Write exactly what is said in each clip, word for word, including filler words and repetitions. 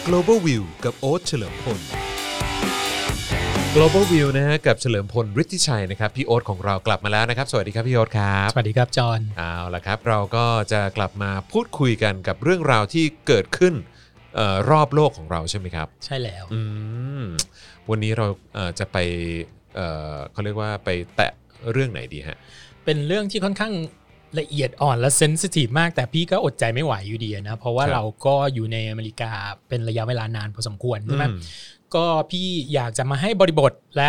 Global View กับโอ๊ตเฉลิมพล Global View นะฮะกับเฉลิมพลฤทธิชัยนะครับพี่โอ๊ตของเรากลับมาแล้วนะครับสวัสดีครับพี่โอ๊ตครับสวัสดีครับจอห์นเอาล่ะครับเราก็จะกลับมาพูดคุยกันกับเรื่องราวที่เกิดขึ้นเอ่อรอบโลกของเราใช่ไหมครับใช่แล้วอืมวันนี้เราเอ่อจะไปเอ่อเขาเรียกว่าไปแตะเรื่องไหนดีฮะเป็นเรื่องที่ค่อนข้างละเอียดอ่อนและเซนซิทีฟมากแต่พี่ก็อดใจไม่ไหวอยู่ดีนะเพราะว่าเราก็อยู่ในอเมริกาเป็นระยะเวลานานพอสมควรใช่ไหมก็พี่อยากจะมาให้บริบทและ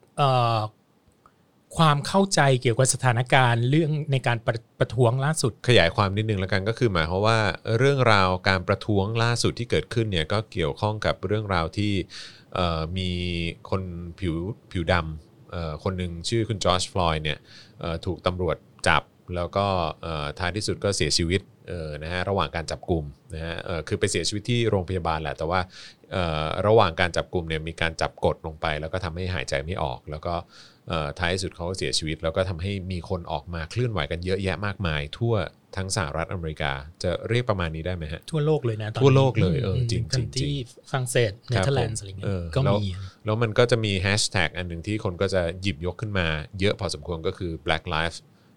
ความเข้าใจเกี่ยวกับสถานการณ์เรื่องในการประประท้วงล่าสุดขยายความนิดนึงแล้วกันก็คือหมายความว่าเรื่องราวการประท้วงล่าสุดที่เกิดขึ้นเนี่ยก็เกี่ยวข้องกับเรื่องราวที่มีคนผิวผิวดำคนหนึ่งชื่อคุณจอร์จฟลอยด์เนี่ยถูกตำรวจจับแล้วก็ท้ายที่สุดก็เสียชีวิตนะฮะระหว่างการจับกลุ่มนะฮะคือไปเสียชีวิตที่โรงพยาบาลแหละแต่ว่าระหว่างการจับกลุ่มเนี่ยมีการจับกดลงไปแล้วก็ทำให้หายใจไม่ออกแล้วก็ท้ายที่สุดเขาก็เสียชีวิตแล้วก็ทำให้มีคนออกมาเคลื่อนไหวกันเยอะแยะมากมายทั่วทั้งสหรัฐอเมริกาจะเรียกประมาณนี้ได้ไหมฮะทั่วโลกเลยนะทั่วโลกเลยเออจริงจริงที่ฝรั่งเศสเนเธอร์แลนด์อะไรเงี้ยก็มีแล้วมันก็จะมีแฮชแท็กอันหนึ่งที่คนก็จะหยิบยกขึ้นมาเยอะพอสมควรก็คือ Black Lives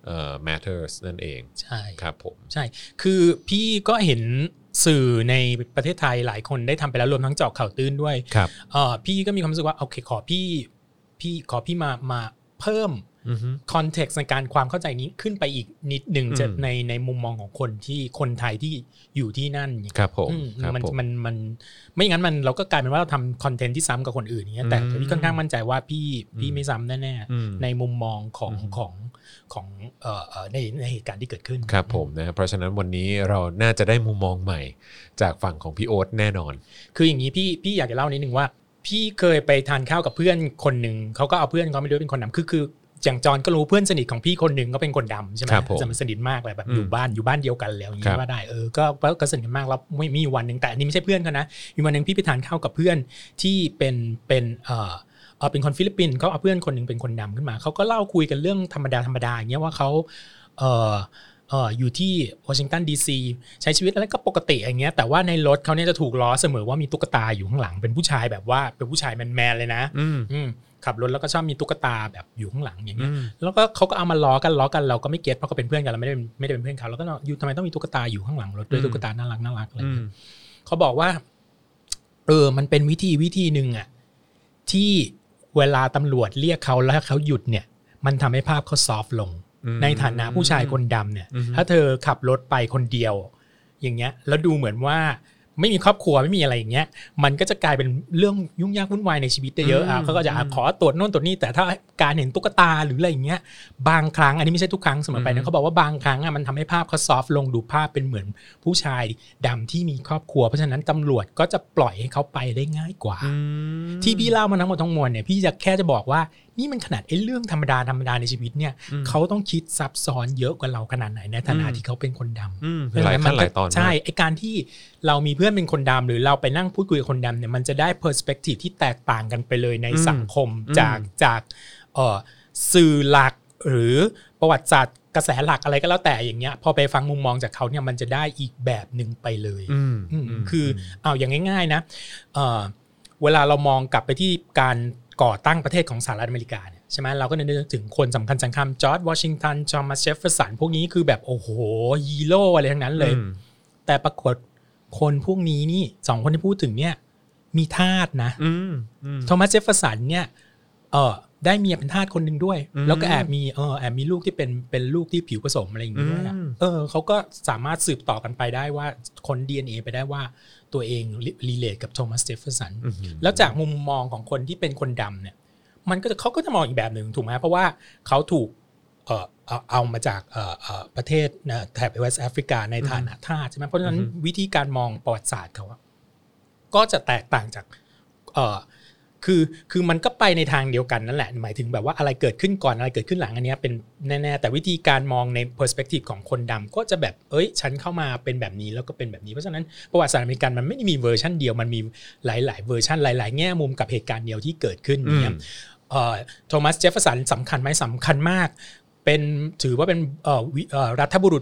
matters นั่นเองใช่ครับผมใช่คือพี่ก็เห็นสื่อในประเทศไทยหลายคนได้ทำไปแล้วรวมทั้งเจาะข่าวตื้นด้วยครับพี่ก็มีความรู้สึกว่าโอเคขอพี่พี่ขอพี่มามาเพิ่มคอนเท็กซ์ในการความเข้าใจนี้ขึ้นไปอีกนิดหนึ่งจะในในมุมมองของคนที่คนไทยที่อยู่ที่นั่นครับผมมันมันมันไม่งั้นมันเราก็กลายเป็นว่าเราทำคอนเทนต์ที่ซ้ำกับคนอื่นอย่างเงี้ยแต่พี่ค่อนข้างมั่นใจว่าพี่พี่ไม่ซ้ำแน่ๆในมุมมองของของของเอ่อในในเหตุการณ์ที่เกิดขึ้นครับผมนะเพราะฉะนั้นวันนี้เราน่าจะได้มุมมองใหม่จากฝั่งของพี่โอ๊ตแน่นอนคืออย่างนี้พี่พี่อยากจะเล่านิดนึงว่าพี่เคยไปทานข้าวกับเพื่อนคนหนึ่งเขาก็เอาเพื่อนเขาไม่รู้เป็นคนดำคือคืออย่างจอนก็รู้เพื่อนสนิทของพี่คนหนึ่งก็เป็นคนดำใช่ไหมจะมันสนิทมากเลยแบบอยู่บ้านอยู่บ้านเดียวกันแล้วอย่างนี้ว่าได้เออก็ก็สนิทมากแล้วไม่มีวันหนึ่งแต่อันนี้ไม่ใช่เพื่อนเขานะมีวันหนึ่งพี่ไปทานข้าวกับเพื่อนที่เป็นเป็นเอ่อเออเป็นคนฟิลิปปินส์เขาเอาเพื่อนคนหนึ่งเป็นคนดำขึ้นมาเขาก็เล่าคุยกันเรื่องธรรมดาธรรมดาอย่างเงี้ยว่าเขาเออเอออยู่ที่วอชิงตันดีซีใช้ชีวิตอะไรก็ปกติอย่างเงี้ยแต่ว่าในรถเขาเนี่ยจะถูกล้อเสมอว่ามีตุ๊กตาอยู่ข้างหลังเป็นผู้ชายแบบว่าเป็นผู้ชายแมนๆเลยนะอืมขับรถแล้วก็ชอบมีตุ๊กตาแบบอยู่ข้างหลังอย่างเงี้ยแล้วก็เขาก็เอามาล้อกันล้อกันเราก็ไม่เก็ตเพราะเขาเป็นเพื่อนกันเราไม่ได้ไม่ได้เป็นเพื่อนเขาแล้วก็อยู่ทำไมต้องมีตุ๊กตาอยู่ข้างหลังรถด้วยตุ๊กตาน่ารักน่ารักอะไรเงี้ยเขาบอกว่าเออมันเป็นวิธีวิธีนึงอ่ะที่เวลาตำรวจเรียกเขาแล้วเขาหยุดเนี่ยมันทำให้ภาพเขาซอฟต์ลงในฐานะผู้ชายคนดำเนี่ยถ้าเธอขับรถไปคนเดียวอย่างเงี้ยแล้วดูเหมือนว่าไม่มีครอบครัวไม่มีอะไรอย่างเงี้ยมันก็จะกลายเป็นเรื่องยุ่งยากวุ่นวายในชีวิตได้เยอะอ่ะเขาก็จะขอตรวจโน่นตรวจนี่แต่ถ้าการเห็นตุ๊กตาหรืออะไรอย่างเงี้ยบางครั้งอันนี้ไม่ใช่ทุกครั้งเสมอไปนะเขาบอกว่าบางครั้งอ่ะมันทำให้ภาพเขาซอฟต์ลงดูภาพเป็นเหมือนผู้ชายดำที่มีครอบครัวเพราะฉะนั้นตำรวจก็จะปล่อยให้เขาไปได้ง่ายกว่าที่พี่เล่ามาทั้งหมดทั้งมวลเนี่ยพี่จะแค่จะบอกว่านี่มันขนาดไอ้เรื่องธรรมดาธรรมดาในชีวิตเนี่ยเขาต้องคิดซับซ้อนเยอะกว่าเราขนาดไหนในฐานะที่เขาเป็นคนดำหลายขั้นหลายตอนใช่ไอ้การที่เรามีเพื่อนเป็นคนดำหรือเราไปนั่งพูดคุยกับคนดำเนี่ยมันจะได้เพอร์สเปกทีฟที่แตกต่างกันไปเลยในสังคมจากจากเอ่อสื่อหลักหรือประวัติศาสตร์กระแสหลักอะไรก็แล้วแต่อย่างเงี้ยพอไปฟังมุมมองจากเขาเนี่ยมันจะได้อีกแบบนึงไปเลยคือเอาอย่างง่ายๆนะเอ่อเวลาเรามองกลับไปที่การก่อตั้งประเทศของสหรัฐอเมริกาเนี่ยใช่ไหมเราก็นึกถึงคนสำคัญสำคัญจอร์จวอชิงตันทอมัสเจฟเฟอร์สันพวกนี้คือแบบโอ้โหฮีโร่อะไรทั้งนั้นเลยแต่ปรากฏคนพวกนี้นี่สองคนที่พูดถึงเนี่ยมีทาสนะโทมัสเจฟเฟอร์สันเนี่ยเออได้เมียเป็นทาสคนหนึ่งด้วยแล้วก็แอบมีเออแอบมีลูกที่เป็นเป็นลูกที่ผิวผสมอะไรอย่างเงี้ยเออเขาก็สามารถสืบต่อกันไปได้ว่าคน ดี เอ็น เอ ไปได้ว่าตัวเองรีเลทกับโทมัสเจฟเฟอร์สันแล้วจากมุมมองของคนที่เป็นคนดำเนี่ยมันก็เขาก็จะมองอีกแบบหนึ่งถูกไหมเพราะว่าเขาถูกเอ่อเอาเอามาจากเอ่อเอ่อประเทศนะแถบเวสต์แอฟริกาในฐานะทาสใช่ไหมเพราะฉะนั้นวิธีการมองประวัติศาสตร์เขาก็จะแตกต่างจากเอ่อคือคือมันก็ไปในทางเดียวกันนั่นแหละหมายถึงแบบว่าอะไรเกิดขึ้นก่อนอะไรเกิดขึ้นหลังอันนี้เป็นแน่ๆแต่วิธีการมองใน perspective ของคนดำก็จะแบบเอ้ยฉันเข้ามาเป็นแบบนี้แล้วก็เป็นแบบนี้เพราะฉะนั้นประวัติศาสตร์อเมริกันมันไม่ได้มีเวอร์ชันเดียวมันมีหลายๆเวอร์ชันหลายๆแง่มุมกับเหตุการณ์เดียวที่เกิดขึ้นเนี่ยโทมัสเจฟเฟอร์สันสำคัญไหมสำคัญมากเป็นถือว่าเป็นรัฐบุรุษไหมถ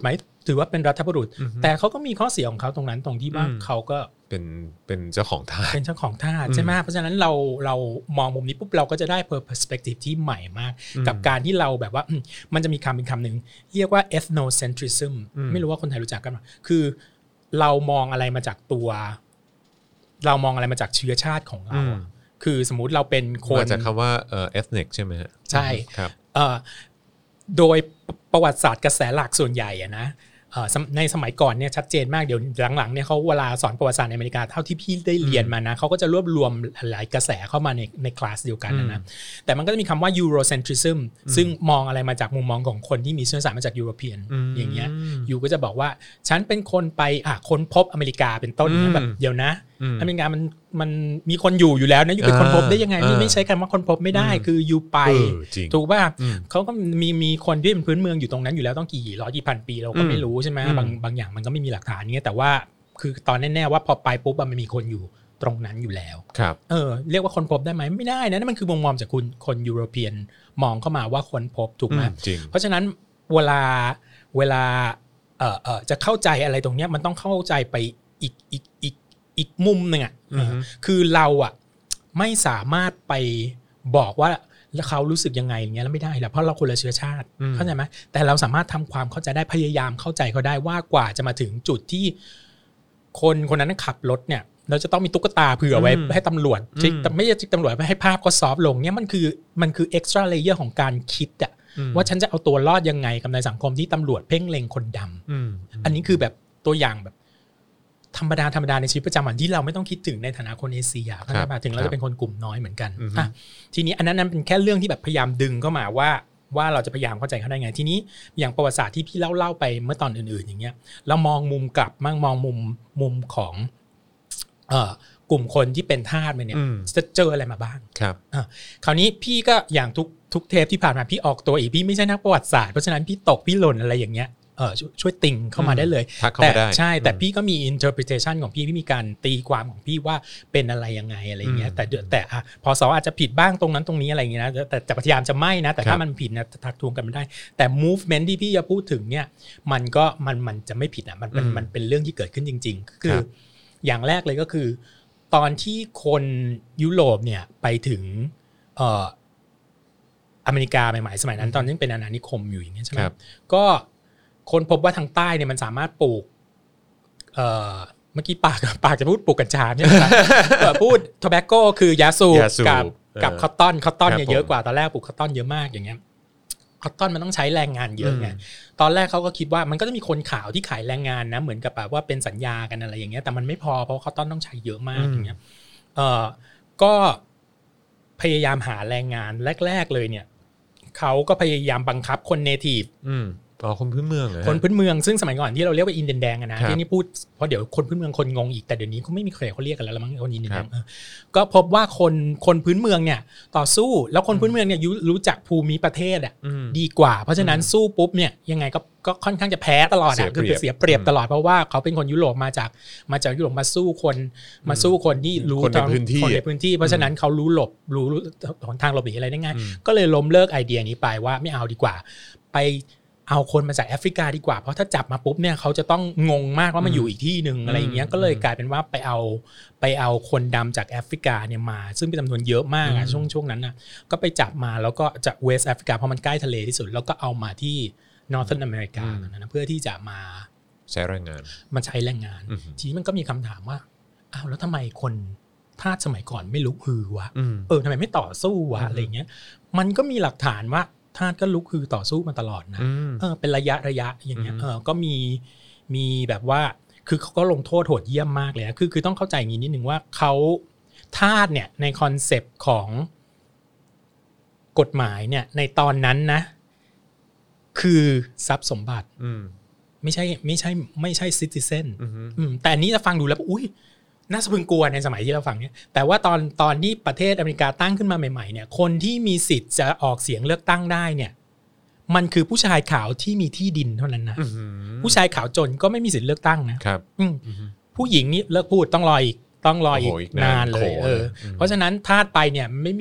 ถือว่าเป็นรัฐบุรุษแต่เขาก็มีข้อเสียของเขาตรงนั้นตรงที่ว่าเขาก็เป็นเป็นเจ้าของท่าเป็นเจ้าของท่าใช่ไหมเพราะฉะนั้นเราเรามองมุมนี้ปุ๊บเราก็จะได้ perspective ที่ใหม่มากกับการที่เราแบบว่ามันจะมีคำเป็นคำหนึ่งเรียกว่า ethnocentrism ไม่รู้ว่าคนไทยรู้จักกันไหมคือเรามองอะไรมาจากตัวเรามองอะไรมาจากเชื้อชาติของเราคือสมมุติเราเป็นคนมาจากคำว่าเอ่อ ethnic ใช่ไหมฮะใช่ครับโดยประวัติศาสตร์กระแสหลักส่วนใหญ่อะนะในสมัยก่อนเนี่ยชัดเจนมากเดี๋ยวหลังๆเนี่ยเขาเวลาสอนประวัติศาสตร์ในอเมริกาเท่าที่พี่ได้เรียนมานะเขาก็จะรวบรวมหลายกระแสเข้ามาในในคลาสเดียวกันนะแต่มันก็จะมีคำว่า Eurocentrism ซึ่งมองอะไรมาจากมุมมองของคนที่มีเชื้อสายมาจากยุโรเปียนอย่างเงี้ยยูก็จะบอกว่าฉันเป็นคนไปอ่ะค้นพบอเมริกาเป็นต้นเนี่ยแบบเดี๋ยวนะอเมริกามันมันมีคนอยู่อยู่แล้วนะอยู่เป็นคนพบได้ยังไงนี่ไม่ใช่คำว่าคนพบไม่ได้คืออยู่ไปถูกป่ะเขาก็มีมีคนที่เป็นพื้นเมืองอยู่ตรงนั้นอยู่แล้วต้องกี่ร้อยกี่พันปีเราก็ไม่รู้ใช่ไหมบางบางอย่างมันก็ไม่มีหลักฐานเงี้ยแต่ว่าคือตอนแน่ๆว่าพอไปปุ๊บมันมีคนอยู่ตรงนั้นอยู่แล้วเออเรียกว่าคนพบได้ไหมไม่ได้นะนั่นมันคือมุมมองจากคุณคนยุโรเปียนมองเข้ามาว่าคนพบถูกไหมเพราะฉะนั้นเวลาเวลาเอ่อเอ่อจะเข้าใจอะไรตรงเนี้ยมันต้องเข้าใจไปอีกอีกอีกอีกมุมนึงอ่ะคือเราอ่ะไม่สามารถไปบอกว่าแล้วเขารู้สึกยังไงอย่างเงี้ยแล้วไม่ได้แหละเพราะเราคนละเชื้อชาติเข้าใจไหมแต่เราสามารถทำความเข้าใจได้พยายามเข้าใจเขาได้ว่ากว่าจะมาถึงจุดที่คนคนนั้นขับรถเนี่ยเราจะต้องมีตุ๊กตาเผื่อไว้ให้ตำรวจแต่ไม่ใช่ตำรวจไม่ให้ภาพก็ซอฟต์ลงเนี่ยมันคือมันคือ extra layer ของการคิดอ่ะว่าฉันจะเอาตัวรอดยังไงกับในสังคมที่ตำรวจเพ่งเล็งคนดำอันนี้คือแบบตัวอย่างแบบธรรมดาธรรมดาในชีวิตประจำวันที่เราไม่ต้องคิดถึงในฐานะคนเอเชียเข้าใจป่ะถึงเราจะเป็นคนกลุ่มน้อยเหมือนกันอ่ะทีนี้อันนั้นนั้นเป็นแค่เรื่องที่แบบพยายามดึงเข้ามาว่าว่าเราจะพยายามเข้าใจเขาได้ไงทีนี้อย่างประวัติศาสตร์ที่พี่เล่าเล่าไปเมื่อตอนอื่นๆอย่างเงี้ยเรามองมุมกลับมั่งมองมุมมุมของเอ่อกลุ่มคนที่เป็นทาสมาเนี่ยจะเจออะไรมาบ้างครับอ่ะคราวนี้พี่ก็อย่างทุกทุกเทปที่ผ่านมาพี่ออกตัวอีกพี่ไม่ใช่นักประวัติศาสตร์เพราะฉะนั้นพี่ตกพี่หล่นอะไรอย่างเงี้ยเออช่วยติ่งเข้ามาได้เลยแต่ใช่แต่พี่ก็มี interpretation ของพี่พี่มีการตีความของพี่ว่าเป็นอะไรยังไงอะไรอย่างเงี้ยแต่แต่อ่ะพอสออาจจะผิดบ้างตรงนั้นตรงนี้อะไรอย่างเงี้ยนะแต่แต่พยายามจะไม่นะแต่ถ้ามันผิดนะทักท้วงกันไม่ได้แต่ movement ที่พี่จะพูดถึงเนี่ยมันก็มันมันจะไม่ผิดอ่ะมันเป็นมันเป็นเรื่องที่เกิดขึ้นจริงๆคืออย่างแรกเลยก็คือตอนที่คนยุโรปเนี่ยไปถึงเอ่ออเมริกาใหม่ๆสมัยนั้นตอนนี้เป็นอาณานิคมอยู่อย่างเงี้ยใช่ไหมก็คนพบว่าทางใต้เนี่ยมันสามารถปลูกเอ่อเมื่อกี้ปากปากจะพูดปลูกกัญชาใช่ไหมครับพูดโทแบคโก้คือยาสูบกับกับคอตตอนคอตตอนเนี่ยเยอะกว่าตอนแรกปลูกคอตตอนเยอะมากอย่างเงี้ยคอตตอนมันต้องใช้แรงงานเยอะไงตอนแรกเขาก็คิดว่ามันก็จะมีคนข่าวที่ขายแรงงานนะเหมือนกับแบบว่าเป็นสัญญากันอะไรอย่างเงี้ยแต่มันไม่พอเพราะคอตตอนต้องใช้เยอะมากอย่างเงี้ยเอ่อก็พยายามหาแรงงานแรกๆเลยเนี่ยเขาก็พยายามบังคับคนเนทีฟอ๋อคนพื้นเมืองเหรอคนพื้นเมืองซึ่งสมัยก่อนที่เราเรียกว่าอินเดียนแดงนะที่นี่พูดเพราะเดี๋ยวคนพื้นเมืองคนงงอีกแต่เดี๋ยวนี้เขาไม่มีใครเขาเรียกกันแล้วมั้งคนอินเดียนแดงก็พบว่าคนคนพื้นเมืองเนี่ยต่อสู้แล้วคนพื้นเมืองเนี่ยรู้จักภูมิประเทศอ่ะดีกว่าเพราะฉะนั้นสู้ปุ๊บเนี่ยยังไงก็ก็ค่อนข้างจะแพ้ตลอดอ่ะคือเสียเปรียบตลอดเพราะว่าเขาเป็นคนยุโรปมาจากมาจากยุโรปมาสู้คนมาสู้คนที่รู้คนในพื้นที่คนในพื้นที่เพราะฉะนั้นเขารู้หลบรู้หนทางหลบหนีอะไรได้ง่ายก็เลยล้มเลิกไอเดียนี้ไปว่าไม่เอาดีกว่าไปเอาคนมาจากแอฟริกาดีกว่าเพราะถ้าจับมาปุ๊บเนี่ยเขาจะต้องงงมากว่ามันอยู่อีกที่นึงอะไรอย่างเงี้ยก็เลยกลายเป็นว่าไปเอาไปเอาคนดำจากแอฟริกาเนี่ยมาซึ่งเป็นจำนวนเยอะมากอะช่วงช่วงนั้นนะก็ไปจับมาแล้วก็จากเวสต์แอฟริกาเพราะมันใกล้ทะเลที่สุดแล้วก็เอามาที่นอร์เทิร์นอเมริกานะเพื่อที่จะมาใช้แรงงานมาใช้แรงงานทีนี้มันก็มีคำถามว่าอ้าวแล้วทำไมคนทาสสมัยก่อนไม่ลุกฮือวะเออทำไมไม่ต่อสู้วะอะไรเงี้ยมันก็มีหลักฐานว่าทาสก็ลุกฮือต่อสู้มาตลอดนะเออเป็นระยะระยะอย่างเงี้ยเออก็มีมีแบบว่าคือเขาก็ลงโทษโหดเยี่ยมมากเลยนะคือคือต้องเข้าใจอย่างนี้นิดนึงว่าเขาทาสเนี่ยในคอนเซปต์ของกฎหมายเนี่ยในตอนนั้นนะคือทรัพย์สมบัติไม่ใช่ไม่ใช่ไม่ใช่ซิติเซนแต่อันนี้จะฟังดูแล้วอุ้ยน่าสะพึงกลัวในสมัยที่เราฟังเนี่ยแต่ว่าตอนตอนที่ประเทศอเมริกาตั้งขึ้นมาใหม่ๆเนี่ยคนที่มีสิทธิ์จะออกเสียงเลือกตั้งได้เนี่ยมันคือผู้ชายขาวที่มีที่ดินเท่านั้นนะผู้ชายขาวจนก็ไม่มีสิทธิ์เลือกตั้งนะครับผู้หญิงนี่เลิกพูดต้องรออีกต้องรออีกนานเลยเออเพราะฉะนั้นทาสไปเนี่ยไม่มีสิทธิ์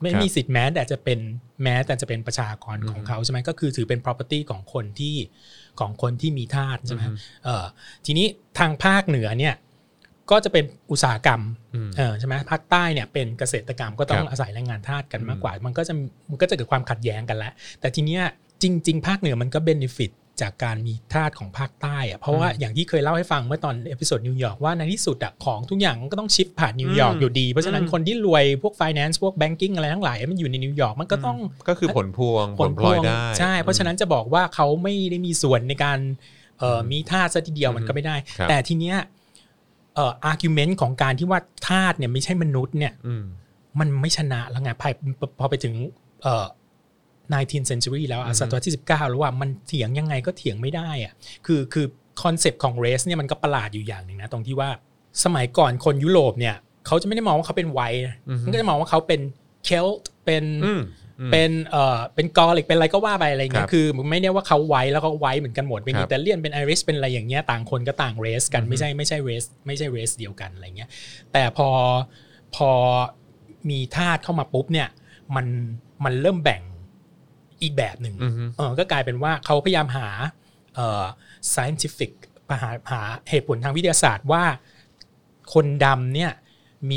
ไม่มีสิทธิ์แม้แต่จะเป็นแม้แต่จะเป็นประชากรของเขาใช่ไหมก็คือถือเป็น property ของคนที่ของคนที่มีทาสใช่ไหมเออทีนี้ทางภาคเหนือเนี่ยก็จะเป็นอุตสาหกรรมเออใช่ไหมภาคใต้เนี่ยเป็นเกษตรกรรมก็ต้องอาศัยแรงงานทาสกันมากกว่ามันก็จะมันก็จะเกิดความขัดแย้งกันแล้วแต่ทีเนี้ยจริงๆภาคเหนือมันก็เบเนฟิตจากการมีทาสของภาคใต้อะเพราะว่าอย่างที่เคยเล่าให้ฟังเมื่อตอนเอพิโซดนิวยอร์กว่าในที่สุดอะของทุกอย่างก็ต้องชิปผ่านนิวยอร์กอยู่ดีเพราะฉะนั้นคนที่รวยพวก finance พวก banking อะไรทั้งหลายมันอยู่ในนิวยอร์กมันก็ต้องก็คือผลพวงผลพลอยได้ใช่เพราะฉะนั้นจะบอกว่าเขาไม่ได้มีส่วนในการเอ่อมีทาสซะทีเดียวมันก็ไม่ได้แต่ทีเนี้ยเอ่อ argument ของการที่ว่าทาสเนี่ยไม่ใช่มนุษย์เนี่ยมันไม่ชนะแล้วไงพอไปถึงเอ่อnineteenth century แล้วศตวรรษที่สิบเก้าแล้วว่ามันเถียงยังไงก็เถียงไม่ได้อะคือคือคอนเซปต์ของ race เนี่ยมันก็ประหลาดอยู่อย่างหนึ่งนะตรงที่ว่าสมัยก่อนคนยุโรปเนี่ยเขาจะไม่ได้มองว่าเขาเป็นไวท์มันก็จะมองว่าเขาเป็นเคลต์เป็นเป็นเอ่อเป็นกอริกเป็นอะไรก็ว่าไปอะไรเงี้ยคือไม่ได้ว่าเขาไวท์แล้วก็ไวท์เหมือนกันหมดเป็นอิตาเลียนเป็นไอริชเป็นอะไรอย่างเงี้ยต่างคนก็ต่าง race กันไม่ใช่ไม่ใช่ race ไม่ใช่ race เดียวกันอะไรเงี้ยแต่พอพอมีทาสเข้ามาปุ๊บเนี่ยมันมันเริ่มแบ่งอีกแบบหนึ่งเออก็กลายเป็นว่าเขาพยายามหาเอ่อ scientific หาหาเหตุผลทางวิทยาศาสตร์ว่าคนดำเนี่ยมี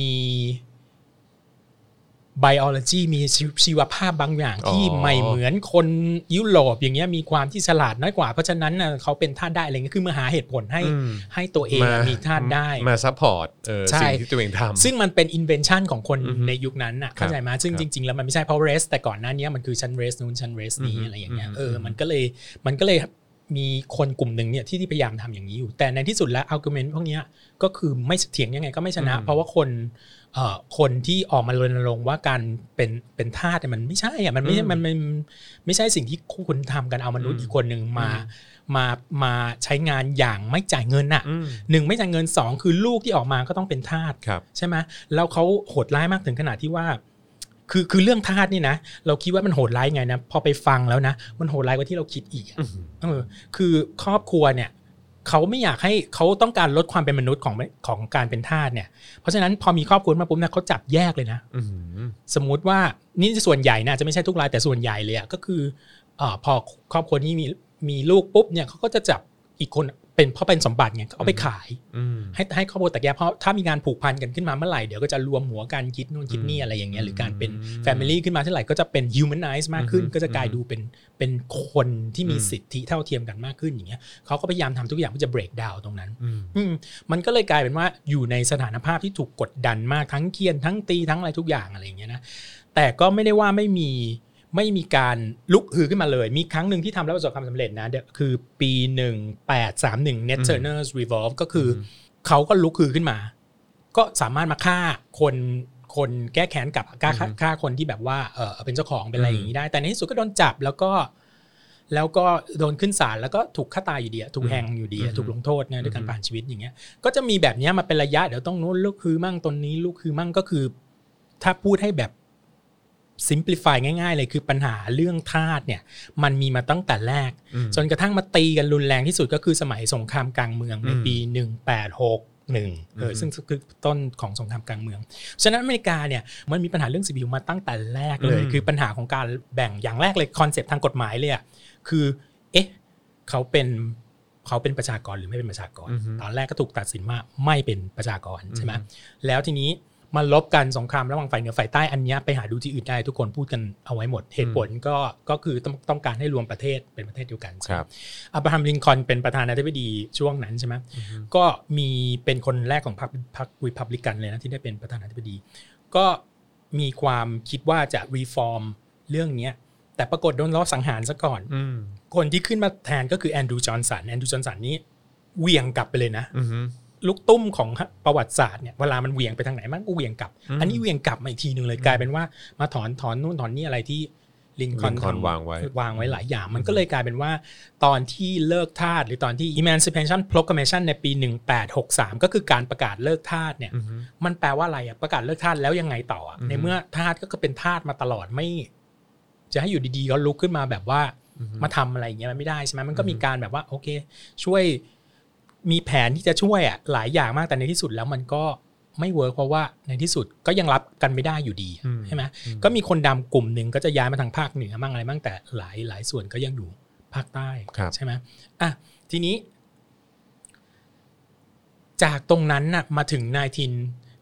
biology มีชีวภาพบางอย่างที่ไม่เหมือนคนยุโรปอย่างเงี้ยมีความที่ฉลาดน้อยกว่าเพราะฉะนั้นนะเขาเป็นทาสได้อะไรเงี้ยคือมาหาเหตุผลให้ให้ตัวเองมีทาสได้มาซัพพอร์ตสิ่งที่ตัวเองทำซึ่งมันเป็น invention ของคนในยุคนั้นน่ะเข้าใจไหมซึ่งจริงๆแล้วมันไม่ใช่เพราะ race แต่ก่อนหน้านี้มันคือชั้น race นู้นชั้น race นี้อะไรอย่างเงี้ยเออมันก็เลยมันก็เลยมีคนกลุ่มหนึ่งเนี่ยที่ที่พยายามทำอย่างนี้อยู่แต่ในที่สุดแล้ว argument พวกนี้ก็คือไม่เถียงยังไงก็ไม่ชนะเพราะว่าคนเอ่อคนที่ออกมารณรงค์ว่าการเป็นเป็นทาสเนี่ยมันไม่ใช่อ่ะมันไม่มันมันไม่ใช่สิ่งที่คุณทำกันเอามนุษย์อีกคนนึงมามามาใช้งานอย่างไม่จ่ายเงินอ่ะหนึ่งไม่จ่ายเงินสองคือลูกที่ออกมาก็ต้องเป็นทาสใช่ไหมแล้วเขาโหดร้ายมากถึงขนาดที่ว่าคือคือเรื่องทาสนี่นะเราคิดว่ามันโหดร้ายไงนะพอไปฟังแล้วนะมันโหดร้ายกว่าที่เราคิดอีกเออคือครอบครัวเนี่ยเขาไม่อยากให้เขาต้องการลดความเป็นมนุษย์ของของการเป็นทาสเนี่ยเพราะฉะนั้นพอมีครอบครัวมาปุ๊บเนี่ยเขาจับแยกเลยนะสมมุติว่านี่ส่วนใหญ่นะจะไม่ใช่ทุกรายแต่ส่วนใหญ่เลยอ่ะก็คืออ่าพอครอบครัวที่มีมีลูกปุ๊บเนี่ยเขาก็จะจับอีกคนเป็นเพราะเป็นสมบัติไงเอาไปขายให้ให้ครอบครัวแตกแยกเพราะถ้ามีการผูกพันกันขึ้นมาเมื่อไหร่เดี๋ยวก็จะรวมหัวกันคิดนู่นคิดนี่อะไรอย่างเงี้ยหรือการเป็น family ขึ้นมาเท่าไหร่ก็จะเป็น humanize มากขึ้นก็จะกลายดูเป็นเป็นคนที่มีสิทธิเท่าเทียมกันมากขึ้นอย่างเงี้ยเขาก็พยายามทำทุกอย่างเพื่อจะ break down ตรงนั้นมันก็เลยกลายเป็นว่าอยู่ในสถานภาพที่ถูกกดดันมากทั้งเคียนทั้งตีทั้งอะไรทุกอย่างอะไรอย่างเงี้ยนะแต่ก็ไม่ได้ว่าไม่มีไม่มีการลุกฮือขึ้นมาเลยมีครั้งหนึ่งที่ทำแล้วประสบความสำเร็จนะคือปีหนึ่งพันแปดร้อยสามสิบเอ็ด Nat Turner's Revolt ก็คือเขาก็ลุกฮือขึ้นมาก็สามารถมาฆ่าคนคนแก้แค้นกับฆ่าฆ่าคนที่แบบว่าเออเป็นเจ้าของเป็นอะไรอย่างนี้ได้แต่ในที่สุดก็โดนจับแล้วก็แล้วก็โดนขึ้นศาลแล้วก็ถูกฆ่าตายอยู่ดีถูกแฮงอยู่ดีถูกลงโทษนะด้วยการผ่านชีวิตอย่างเงี้ยก็จะมีแบบนี้มาเป็นระยะเดี๋ยวต้องนู้นลุกฮือมั่งตนนี้ลุกฮือมั่งก็คือถ้าพูดให้แบบsimplify ง่ายๆเลยคือปัญหาเรื่องทาสเนี่ยมันมีมาตั้งแต่แรกจนกระทั่งมาตีกันรุนแรงที่สุดก็คือสมัยสงครามกลางเมืองในปีหนึ่งพันแปดร้อยหกสิบเอ็ดเออซึ่งคือต้นของสงครามกลางเมืองฉะนั้นอเมริกาเนี่ยมันมีปัญหาเรื่องซีวิลมาตั้งแต่แรกเลยคือปัญหาของการแบ่งอย่างแรกเลยคอนเซ็ปต์ทางกฎหมายเลยอ่ะคือเอ๊ะเขาเป็นเขาเป็นประชากรหรือไม่เป็นประชากรตอนแรกก็ถูกตัดสินว่าไม่เป็นประชากรใช่ไหมแล้วทีนี้มาลบกันสงครามระหว่างฝ่ายเหนือฝ่ายใต้อันนี้ไปหาดูที่อื่นได้ทุกคนพูดกันเอาไว้หมดเหตุผลก็ก็คือต้องต้องการให้รวมประเทศเป็นประเทศเดียวกันครับอับราฮัมลิงคอล์นเป็นประธานาธิบดีช่วงนั้นใช่ไหมก็มีเป็นคนแรกของพรรคพรรครีพับลิกันเลยนะที่ได้เป็นประธานาธิบดีก็มีความคิดว่าจะรีฟอร์มเรื่องนี้แต่ปรากฏโดนลอบสังหารซะก่อนคนที่ขึ้นมาแทนก็คือแอนดรูว์จอห์นสันแอนดรูว์จอห์นสันนี้เหวี่ยงกลับไปเลยนะลูกตุ้มของประวัติศาสตร์เนี่ยเวลามันเหวี่ยงไปทางไหนมันก็เหวี่ยงกลับอันนี้เหวี่ยงกลับมาอีกทีนึงเลยกลายเป็นว่ามาถอนถอนนู่นถอนนี่อะไรที่ลิงคอล์นวางไว้วางไว้หลายอย่างมันก็เลยกลายเป็นว่าตอนที่เลิกทาสหรือตอนที่ Emancipation Proclamation ในปีหนึ่งพันแปดร้อยหกสิบสามก็คือการประกาศเลิกทาสเนี่ยมันแปลว่าอะไรอ่ะประกาศเลิกทาสแล้วยังไงต่อในเมื่อทาสก็เป็นทาสมาตลอดไม่จะให้อยู่ดีๆก็ลุกขึ้นมาแบบว่ามาทำอะไรอย่างเงี้ยมันไม่ได้ใช่ไหมมันก็มีการแบบว่าโอเคช่วยมีแผนที่จะช่วยอ่ะหลายอย่างมากแต่ในที่สุดแล้วมันก็ไม่เวิร์กเพราะว่าในที่สุดก็ยังรับกันไม่ได้อยู่ดีใช่ไหมก็มีคนดำกลุ่มหนึ่งก็จะย้ายมาทางภาคเหนือบ้างอะไรบ้างแต่หลายหลายส่วนก็ยังอยู่ภาคใต้ใช่ไหมอ่ะทีนี้จากตรงนั้นน่ะมาถึงสิบเก้า สิบ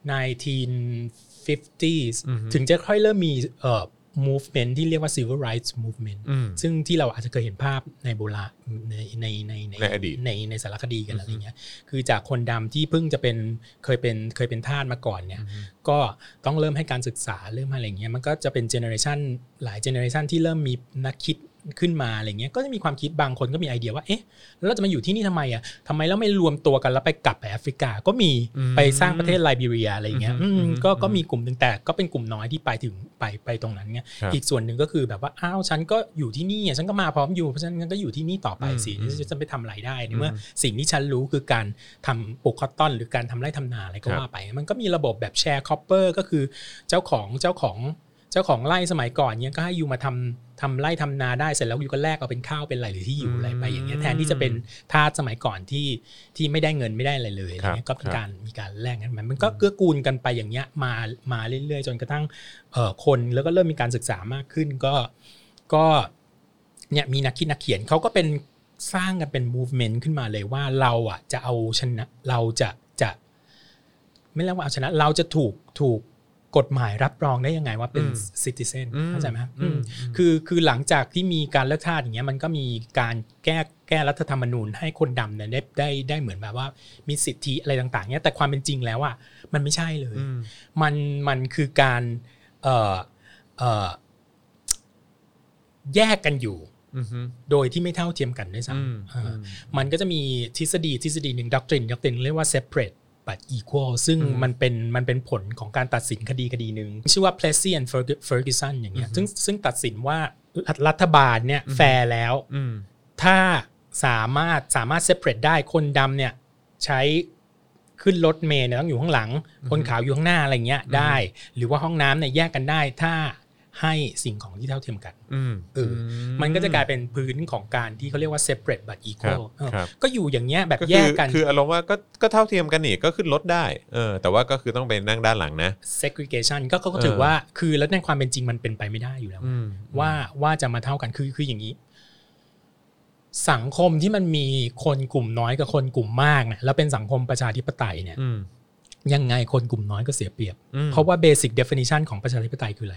ห้า ถึงจะค่อยเริ่มมีเอ่อ movement ที่เรียกว่า civil rights movement ซึ่งที่เราอาจจะเคยเห็นภาพในโบราณในในในในในอดีตในในสารคดีกันอะไรเงี้ยคือจากคนดำที่เพิ่งจะเป็นเคยเป็นเคยเป็นทาสมาก่อนเนี่ยก็ต้องเริ่มให้การศึกษาเริ่มอะไรเงี้ยมันก็จะเป็นเจเนอเรชันหลายเจเนอเรชันที่เริ่มมีนักคิดขึ้นมาอะไรเงี้ยก็จะมีความคิดบางคนก็มีไอเดียว่าเอ๊ะแล้วเราจะมาอยู่ที่นี่ทำไมอ่ะทำไมเราไม่รวมตัวกันแล้วไปกลับไปแอฟริกาก็มีไปสร้างประเทศไลบีเรียอะไรเงี้ยก็ก็มีกลุ่มนึงแต่ก็เป็นกลุ่มน้อยที่ไปถึงไปไปตรงนั้นเงี้ยอีกส่วนหนึ่งก็คือแบบว่าอ้าวฉันก็อยู่ที่นี่ฉันก็มาพร้อมอยู่เพราะฉะนั้นก็อยู่ที่นี่ต่อไปสิจะไปทำอะไรได้เมื่อสิ่งที่ฉันรู้คือการทำปลูกคอตตอนหรือการทำไร่ทำนาอะไรก็ว่าไปมันก็มีระบบแบบแชร์คอปเปอร์ก็คือเจ้าของเจ้าของเจ้าของไร่สมัยก่อนเนี้ยก็ให้อยู่มาทำทำไร่ทำนาได้เสร็จแล้วอยู่ก็แลกเอาเป็นข้าวเป็นอะไรหรือที่อยู่อะไรไปอย่างเงี้ยแทนที่จะเป็นทาสสมัยก่อนที่ที่ไม่ได้เงินไม่ได้อะไรเลยอะไรเงี้ยก็เป็นการมีการแลกกันมันก็เกื้อกูลกันไปอย่างเงี้ยมามาเรื่อยๆจนกระทั่งเอ่อคนแล้วก็เริ่มมีการศึกษามากขึ้นก็ก็เนี่ยมีนักคิดนักเขียนเขาก็เป็นสร้างกันเป็น movement ขึ้นมาเลยว่าเราอ่ะจะเอาชนะเราจะจะไม่เรียกว่าเอาชนะเราจะถูกถูกกฎหมายรับรองได้ยังไงว่าเป็นซิติเซนเข้าใจไหมคือคือหลังจากที่มีการเลือกทาสอย่างเงี้ยมันก็มีการแก้แก้รัฐธรรมนูญให้คนดำเนี่ยได้ได้ได้เหมือนแบบว่ามีสิทธิอะไรต่างๆเนี้ยแต่ความเป็นจริงแล้วอ่ะมันไม่ใช่เลยมันมันคือการเอ่อเอ่อแยกกันอยู่โดยที่ไม่เท่าเทียมกันด้วยซ้ำมันก็จะมีทฤษฎีทฤษฎีหนึ่ง doctrine doctrine เรียกว่า separate but equal ซึ่งมันเป็นมันเป็นผลของการตัดสินคดีคดีหนึ่งชื่อว่า Plessy and Ferguson อย่างเงี้ยซึ่งซึ่งตัดสินว่ารัฐบาลเนี่ยแฟร์แล้วถ้าสามารถสามารถ separate ได้คนดำเนี่ยใช้ขึ้นรถเมล์เนี่ยต้องอยู่ข้างหลังคนขาวอยู่ข้างหน้าอะไรเงี้ยได้หรือว่าห้องน้ำเนี่ยแยกกันได้ถ้าให้สิ่งของที่เท่าเทียมกันเออมันก็จะกลายเป็นพื้นของการที่เขาเรียกว่า separate but equal ก็อยู่อย่างเงี้ยแบบแยกกันคืออารมณ์ว่าก็ก็เท่าเทียมกันนี่ก็ขึ้นรถได้เออแต่ว่าก็คือต้องไปนั่งด้านหลังนะ segregation ก็เขาก็ถือว่าคือแล้วในความเป็นจริงมันเป็นไปไม่ได้อยู่แล้วว่าว่าจะมาเท่ากันคือคืออย่างนี้สังคมที่มันมีคนกลุ่มน้อยกับคนกลุ่มมากเนี่ยแล้วเป็นสังคมประชาธิปไตยเนี่ยยังไงคนกลุ่มน้อยก็เสียเปรียบเพราะว่า basic definition ของประชาธิปไตยคืออะไร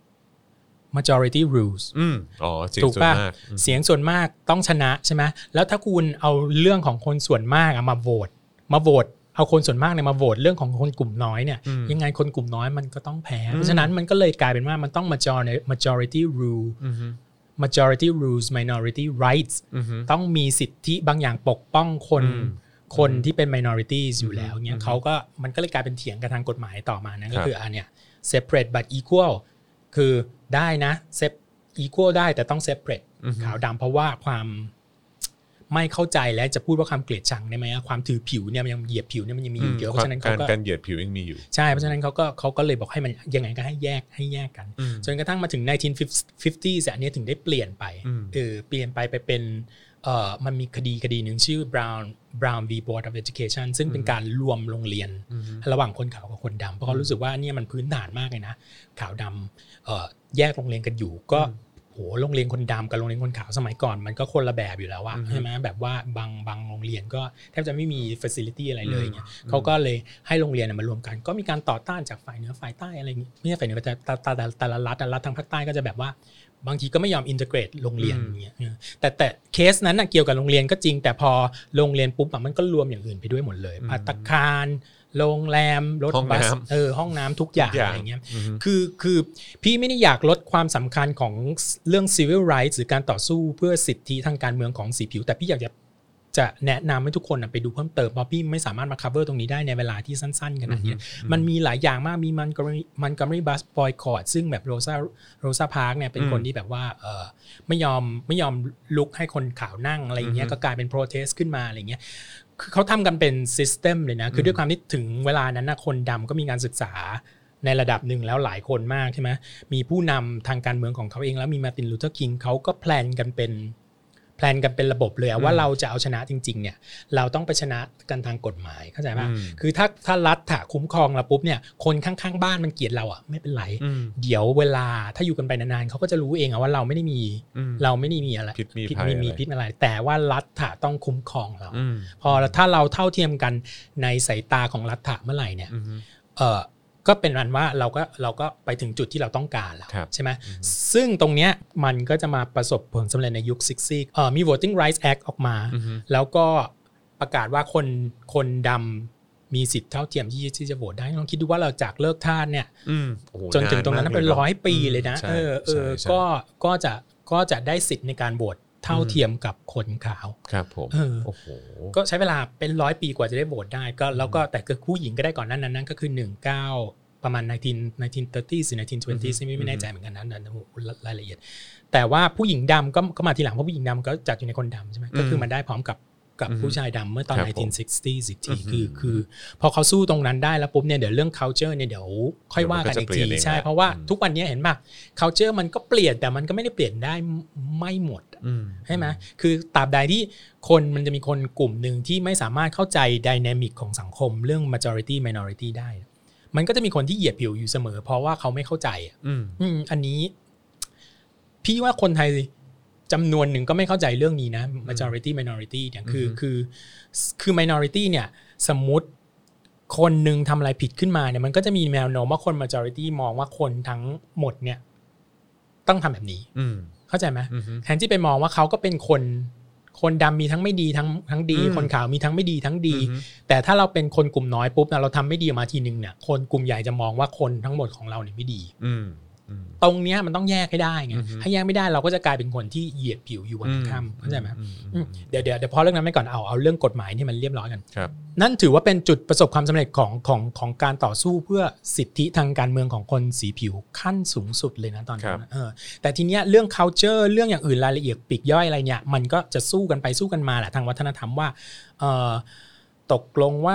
majority rules อืมอ๋อเสียงส่วนมากเสียงส่วนมากต้องชนะใช่ไหมแล้วถ้าคุณเอาเรื่องของคนส่วนมากมาโหวตมาโหวตเอาคนส่วนมากเนี่ยมาโหวตเรื่องของคนกลุ่มน้อยเนี่ยยังไงคนกลุ่มน้อยมันก็ต้องแพ้เพราะฉะนั้นมันก็เลยกลายเป็นว่ามันต้อง majority rule majority rules minority rights ต้องมีสิทธิบางอย่างปกป้องคนคนที่เป็น minorities อยู่แล้วเนี่ยเขาก็มันก็เลยกลายเป็นเถียงกันทางกฎหมายต่อมานะก็คืออันเนี้ย separate but equalคือได้นะเซฟอีควอลได้แต่ต้องเซปเรตขาวดำเพราะว่าความไม่เข้าใจและจะพูดว่าความเกลียดชังได้ไหมความถือผิวเนี่ยมันยังเหยียบผิวเนี่ยมันยังมีอยู่เยอะเพราะฉะนั้นเขาก็การเหยียดผิวยังมีอยู่ใช่เพราะฉะนั้นเขาก็เขาก็เลยบอกให้มันยังไงก็ให้แยกให้แยกกันจนกระทั่งมาถึงสิบเก้า ห้าสิบอันนี้ถึงได้เปลี่ยนไปเออเปลี่ยนไปไปเป็นเอ่อมันมีคดีคดีหนึ่งชื่อ Brown Brown v Board of Education ซึ่งเป็นการรวมโรงเรียนระหว่างคนขาวกับคนดำเพราะเขารู้สึกว่าเนี่ยมันพื้นฐานมากเลยนะขาวดำเอ่อแยกโรงเรียนกันอยู่ก็โหโรงเรียนคนดำกับโรงเรียนคนขาวสมัยก่อนมันก็คนละแบบอยู่แล้วอะใช่ไหมแบบว่าบางบางโรงเรียนก็แทบจะไม่มี facility อะไรเลยเงี้ยเขาก็เลยให้โรงเรียนมารวมกันก็มีการต่อต้านจากฝ่ายเหนือฝ่ายใต้อะไรอย่างงี้ไม่ใช่ฝ่ายเหนือแต่แต่แต่ละรัฐรัฐทางภาคใต้ก็จะแบบว่าบางทีก็ไม่ยอมอินเทอร์เกรตโรงเรียนอย่างเงี้ยแต่แต่เคสนั้นนะเกี่ยวกับโรงเรียนก็จริงแต่พอโรงเรียนปุ๊บมันก็รวมอย่างอื่นไปด้วยหมดเลยภัตตาคารโรงแรมรถบัสเออห้องน้ำทุกอย่างอะไรเงี้ยคือคือพี่ไม่ได้อยากลดความสำคัญของเรื่อง civil rights หรือการต่อสู้เพื่อสิทธิทางการเมืองของสีผิวแต่พี่อยากจะจะแนะนำให้ทุกคนไปดูเพิ่มเติมเพราะพี่ไม่สามารถมา cover ตรงนี้ได้ในเวลาที่สั้นๆขนาดนี้มันมีหลายอย่างมากมีมันมันกัมรี่บัสบอยคอร์ดซึ่งแบบโรซาโรซาพาร์คเนี่ยเป็นคนที่แบบว่าเออไม่ยอมไม่ยอมลุกให้คนขาวนั่งอะไรอย่างเงี้ยก็กลายเป็นโปรเทสขึ้นมาอะไรเงี้ยคือเขาทำกันเป็นซิสเต็มเลยนะคือด้วยความที่ถึงเวลานั้นนะคนดำก็มีการศึกษาในระดับหนึ่งแล้วหลายคนมากใช่ไหมมีผู้นำทางการเมืองของเขาเองแล้วมีมาร์ตินลูเทอร์คิงเขาก็แพลนกันเป็นแแพลนกันเป็นระบบเลยว่าเราจะเอาชนะจริงๆเนี่ยเราต้องไปชนะกันทางกฎหมายเข้าใจป่ะคือถ้าถ้ารัฐถาคุ้มครองเราปุ๊บเนี่ยคนข้างๆบ้านมันเกลียดเราอ่ะไม่เป็นไรเดี๋ยวเวลาถ้าอยู่กันไปนานๆเขาก็จะรู้เองอะว่าเราไม่ได้มีเราไม่ได้มีอะไรพิษมีมีมีพิษอะไรแต่ว่ารัฐถาต้องคุ้มครองเราพอถ้าเราเท่าเทียมกันในสายตาของรัฐถาเมื่อไหร่เนี่ยเออก็เป็นอันว่าเราก็เราก็ไปถึงจุดที่เราต้องการแล้วใช่ไหมซึ่งตรงเนี้ยมันก็จะมาประสบผลสำเร็จในยุคซิกซี่เอ่อมี Voting Rights Act ออกมาแล้วก็ประกาศว่าคนคนดำมีสิทธิ์เท่าเทียมที่ที่จะโหวตได้ลองคิดดูว่าเราจากเลิกทาสเนี่ยจนถึงตรงนั้นเป็นร้อยปีเลยนะเออเออก็ก็จะก็จะได้สิทธิ์ในการโหวตเท่าเทียมกับคนขาวครับผมโอ้โหก็ใช้เวลาเป็นร้อยปีกว่าจะได้โหวตได้ก็แล้วก็แต่ก็ผู้หญิงก็ได้ก่อนนั้นนั้นก็คือหนึ่งพันเก้าร้อยประมาณสิบเก้า สิบเก้า หรือสิบเก้า ยี่สิบไม่ไม่แน่ใจเหมือนกันนะรายละเอียดแต่ว่าผู้หญิงดำก็ก็มาทีหลังเพราะผู้หญิงดำก็จัดอยู่ในคนดำใช่ไหมก็คือมันได้พร้อมกับกับผู้ชายดำเมื่อตอนสิบเก้า หกสิบอีกทีคือคือพอเขาสู้ตรงนั้นได้แล้วปุ๊บเนี่ยเดี๋ยวเรื่อง culture เนี่ยเดี๋ยวค่อยว่ากันอีกทีใช่เพราะว่าทุกวันนี้เห็นป่ะ culture มันก็เปลี่ยนแต่มันก็ไม่ได้เปลี่ยนได้ไม่หมดใช่ไหมคือตราบใดที่คนมันจะมีคนกลุ่มหนึ่งที่ไม่สามารถเข้าใจ dynamic ของสังคมเรื่อง majority minority ได้มันก็จะมีคนที่เหยียดผิวอยู่เสมอเพราะว่าเขาไม่เข้าใจอืมอืมอันนี้พี่ว่าคนไทยจำนวนหนึ่งก็ไม่เข้าใจเรื่องนี้นะ majority minority เนี่ยคือคือคือ minority เนี่ยสมมุติคนหนึ่งทำอะไรผิดขึ้นมาเนี่ยมันก็จะมีแนวโน้มว่าคน majority มองว่าคนทั้งหมดเนี่ยต้องทำแบบนี้เข้าใจไหมแทนที่ไปมองว่าเขาก็เป็นคนคนดำมีทั้งไม่ดีทั้งทั้งดีคนขาวมีทั้งไม่ดีทั้งดีแต่ถ้าเราเป็นคนกลุ่มน้อยปุ๊บนะเราทำไม่ดีมาทีนึงเนี่ยคนกลุ่มใหญ่จะมองว่าคนทั้งหมดของเราเนี่ยไม่ดีตรงเนี้ยมันต้องแยกให้ได้ไงถ้าแยกไม่ได้เราก็จะกลายเป็นคนที่เหยียดผิวอยู่วันข้ามเข้าใจไหมเดี๋ยวเดี๋ยวเดี๋ยวพอเรื่องนั้นไม่ก่อนเอาเอาเรื่องกฎหมายที่มันเรียบร้อยกันนั่นถือว่าเป็นจุดประสบความสำเร็จของของของการต่อสู้เพื่อสิทธิทางการเมืองของคนสีผิวขั้นสูงสุดเลยนะตอนนั้นเออแต่ทีเนี้ยเรื่อง culture เรื่องอย่างอื่นรายละเอียดปลีกย่อยอะไรเนี่ยมันก็จะสู้กันไปสู้กันมาแหละทางวัฒนธรรมว่าเออตกลงว่า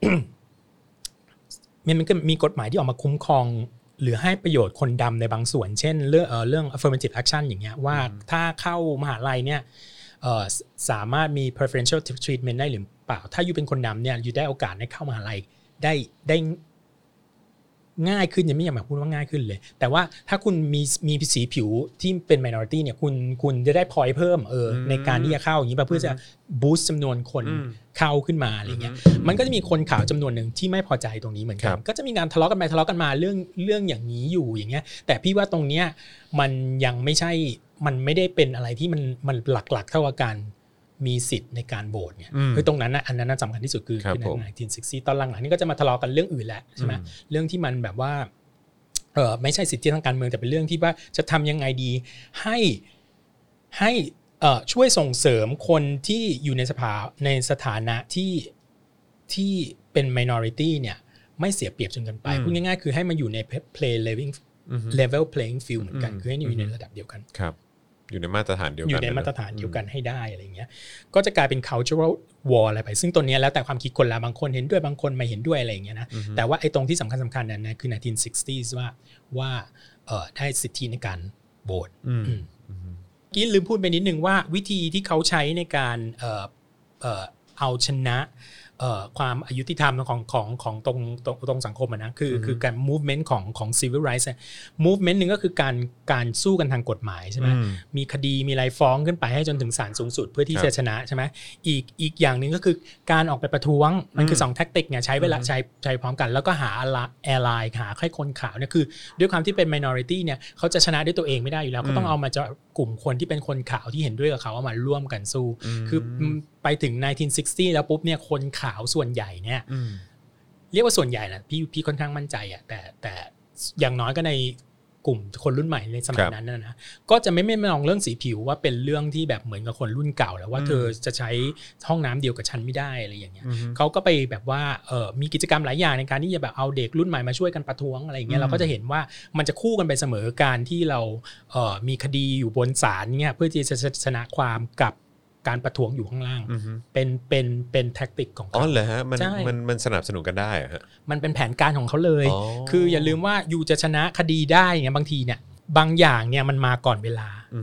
มันก็มีกฎหมายที่ออกมาคุ้มครองหรือให้ประโยชน์คนดำในบางส่วนเช่นเรื่องเอ่อเรื่อง affirmative action อย่างเงี้ยว่าถ้าเข้ามหาลัยเนี่ยเอ่อสามารถมี preferential treatment ได้หรือเปล่าถ้าอยู่เป็นคนดำเนี่ยอยู่ได้โอกาสได้เข้ามหาลัยได้ได้ง่ายขึ้นยังไม่อยากพูดว่าง่ายขึ้นเลยแต่ว่าถ้าคุณมีมีสีผิวที่เป็น minority เนี่ยคุณคุณจะได้ point เพิ่มเออในการที่จะเข้าอย่างนี้เพื่อจะ boost จำนวนคนเข้าขึ้นมาอะไรเงี้ยมันก็จะมีคนขาวจำนวนหนึ่งที่ไม่พอใจตรงนี้เหมือนกันก็จะมีการทะเลาะกันไปทะเลาะกันมาเรื่องเรื่องอย่างนี้อยู่อย่างเงี้ยแต่พี่ว่าตรงเนี้ยมันยังไม่ใช่มันไม่ได้เป็นอะไรที่มันมันหลักๆเท่ากับการมีสิทธิ์ในการโหวตเนี่ยคือตรงนั้นนะอันนั้นสำคัญที่สุดคือคือในหนึ่งพันเก้าร้อยหกสิบตอนหลังๆนี่ก็จะมาทะเลาะกันเรื่องอื่นแล้วใช่ไหมเรื่องที่มันแบบว่าเออไม่ใช่สิทธิทางการเมืองแต่เป็นเรื่องที่ว่าจะทำยังไงดีให้ให้เอ่อช่วยส่งเสริมคนที่อยู่ในสภาในสถานะที่ที่เป็น minority เนี่ยไม่เสียเปรียบจนเกินไปพูดง่ายๆคือให้มันอยู่ใน play level level playing field เหมือนกันคือให้อยู่ในระดับเดียวกันครับอยู่ในมาตรฐานเดียวกันอยู่ในมาตรฐานเดียวกันให้ได้อะไรเงี้ยก็จะกลายเป็น cultural war อะไรไปซึ่งตัวนี้แล้วแต่ความคิดคนละบางคนเห็นด้วยบางคนไม่เห็นด้วยอะไรอย่างเงี้ยนะแต่ว่าไอ้ตรงที่สำคัญสำคัญนั้นนะคือ nineteen sixties ว่าว่าเอ่อได้สิทธิในการโหวตกี้ลืมพูดไปนิดนึงว่าวิธีที่เขาใช้ในการเอ่อเอ่อเอาชนะความอายุติธรรมของของของตรงตรงตรงสังคมนะคือคือการ movement ของของ civil rights movement นึงก็คือการการสู้กันทางกฎหมายใช่ไหมมีคดีมีอะไรฟ้องขึ้นไปให้จนถึงศาลสูงสุดเพื่อที่จะชนะใช่ไหมอีกอีกอย่างนึงก็คือการออกไปประท้วงมันคือสองแทคติกเนี่ยใช้เวลาใช้ใช้พร้อมกันแล้วก็หาแอร์ไลน์หาแค่คนขาวเนี่ยคือด้วยความที่เป็น minority เนี่ยเขาจะชนะด้วยตัวเองไม่ได้อยู่แล้วก็ต้องเอามาจะกลุ่มคนที่เป็นคนขาวที่เห็นด้วยกับเขาเอามาร่วมกันสู้คือไปถึงnineteen sixtyแล้วปุ๊บเนี่ยคนขาวส่วนใหญ่เนี่ยเรียกว่าส่วนใหญ่นะพี่พี่ค่อนข้างมั่นใจอ่ะแต่แต่อย่างน้อยก็ในกลุ่มคนรุ่นใหม่ในสมัยนั้นนะก็จะไม่ไม่มองเรื่องสีผิวว่าเป็นเรื่องที่แบบเหมือนกับคนรุ่นเก่าแล้วว่าเธอจะใช้ห้องน้ำเดียวกับฉันไม่ได้อะไรอย่างเงี้ยเขาก็ไปแบบว่าเออมีกิจกรรมหลายอย่างในการที่จะแบบเอาเด็กรุ่นใหม่มาช่วยกันประท้วงอะไรอย่างเงี้ยเราก็จะเห็นว่ามันจะคู่กันไปเสมอการที่เราเออมีคดีอยู่บนศาลเนี่ยเพื่อที่จะชนะความกับการประท้วงอยู่ข้างล่างเป็นเป็นเป็นแท็กติกของเขาอ๋อเหรอฮะมันมันมันสนับสนุนกันได้ฮะมันเป็นแผนการของเขาเลยคืออย่าลืมว่าอยู่จะชนะคดีได้ไงบางทีเนี่ยบางอย่างเนี่ยมันมาก่อนเวลา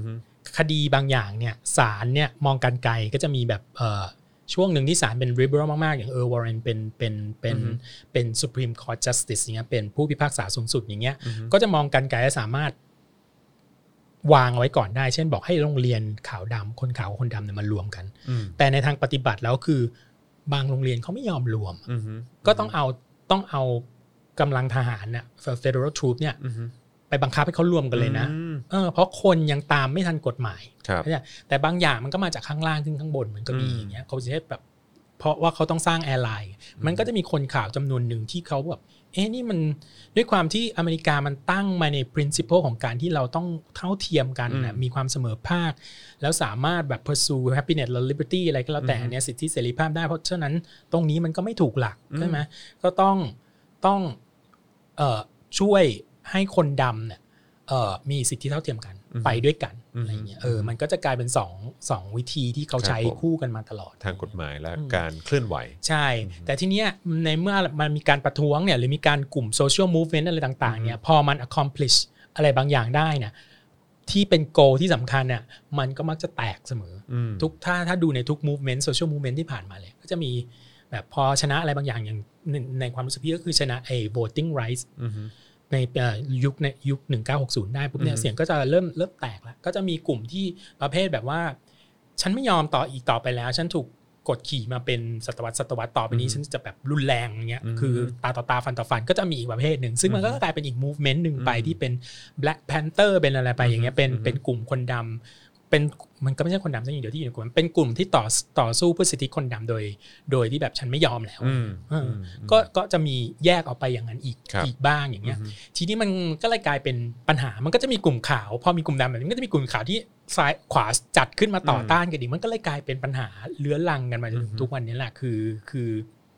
คดีบางอย่างเนี่ยศาลเนี่ยมองการไกลก็จะมีแบบเอ่อช่วงหนึ่งที่ศาลเป็น liberal มากๆอย่างเออร์วอร์เรนเป็นเป็นเป็นเป็น Supreme Court Justice อย่างเงี้ยเป็นผู้พิพากษาสูงสุดอย่างเงี้ยก็จะมองการไกลและสามารถวางไว้ก่อนได้เช่นบอกให้โรงเรียนขาวดำคนขาวกับคนดำเนี่ยมารวมกันแต่ในทางปฏิบัติแล้วคือบางโรงเรียนเขาไม่ยอมรวมก็ต้องเอาต้องเอากำลังทหารเนี่ย Federal Troop เนี่ยไปบังคับให้เขารวมกันเลยนะเออเพราะคนยังตามไม่ทันกฎหมายแต่บางอย่างมันก็มาจากข้างล่างขึ้นข้างบนมันก็มีอย่างเงี้ยเขาจะแบบเพราะว่าเขาต้องสร้างแอร์ไลน์มันก็จะมีคนข่าวจำนวนหนึ่งที่เขาแบบเอ๊ะนี่มันด้วยความที่อเมริกามันตั้งมาใน principle ของการที่เราต้องเท่าเทียมกันนะมีความเสมอภาคแล้วสามารถแบบ pursue happiness และ liberty อะไรก็แล้วแต่เนี่ยสิทธิเสรีภาพได้เพราะฉะนั้นตรงนี้มันก็ไม่ถูกหลักใช่ไหมก็ต้องต้องเอ่อช่วยให้คนดำเนี่ยเอ่อมีสิทธิเท่าเทียมกันไปด้วยกันอะไรเงี้ยเออมันก็จะกลายเป็นสอง สองวิธีที่เขาใช้คู่กันมาตลอดทางกฎหมายและการเคลื่อนไหวใช่แต่ทีเนี้ยในเมื่อมันมีการประท้วงเนี่ยหรือมีการกลุ่ม social movement อะไรต่างๆเนี่ยพอมัน accomplish อะไรบางอย่างได้เนี่ยที่เป็น goal ที่สำคัญเนี่ยมันก็มักจะแตกเสมอทุกถ้าถ้าดูในทุก movement social movement ที่ผ่านมาเลยก็จะมีแบบพอชนะอะไรบางอย่างอย่างในความรู้สึกพี่ก็คือชนะไอ้ voting rightsในยุคในยุคหนึ่งพันเก้าร้อยหกสิบได้ปุ๊บเนี่ยเสียงก็จะเริ่มเริ่มแตกแล้วก็จะมีกลุ่มที่ประเภทแบบว่าฉันไม่ยอมต่ออีกต่อไปแล้วฉันถูกกดขี่มาเป็นศตวรรษศตวรรษต่อไปนี้ฉันจะแบบรุนแรงอย่างเงี้ยคือตาต่อตาฟันต่อฟันก็จะมีอีกประเภทหนึ่งซึ่งมันก็กลายเป็นอีก movement นึงไปที่เป็น Black Panther เป็นอะไรไปอย่างเงี้ยเป็นเป็นกลุ่มคนดำเป็นมันก็ไม่ใช่คนดำซะอย่างเดียวที่อยู่ในกลุ่มเป็นกลุ่มที่ต่อต่อสู้เพื่อสิทธิคนดำโดยโดยที่แบบฉันไม่ยอมแล้วก็ก็จะมีแยกออกไปอย่างนั้นอีกอีกบ้างอย่างเงี้ยทีนี้มันก็เลยกลายเป็นปัญหามันก็จะมีกลุ่มขาวพอมีกลุ่มดำแบบนี้ก็จะมีกลุ่มขาวที่ซ้ายขวาจัดขึ้นมาต่อต้านกันอีกมันก็เลยกลายเป็นปัญหาเลื้อรังกันมาจนถึงทุกวันนี้แหละคือคือ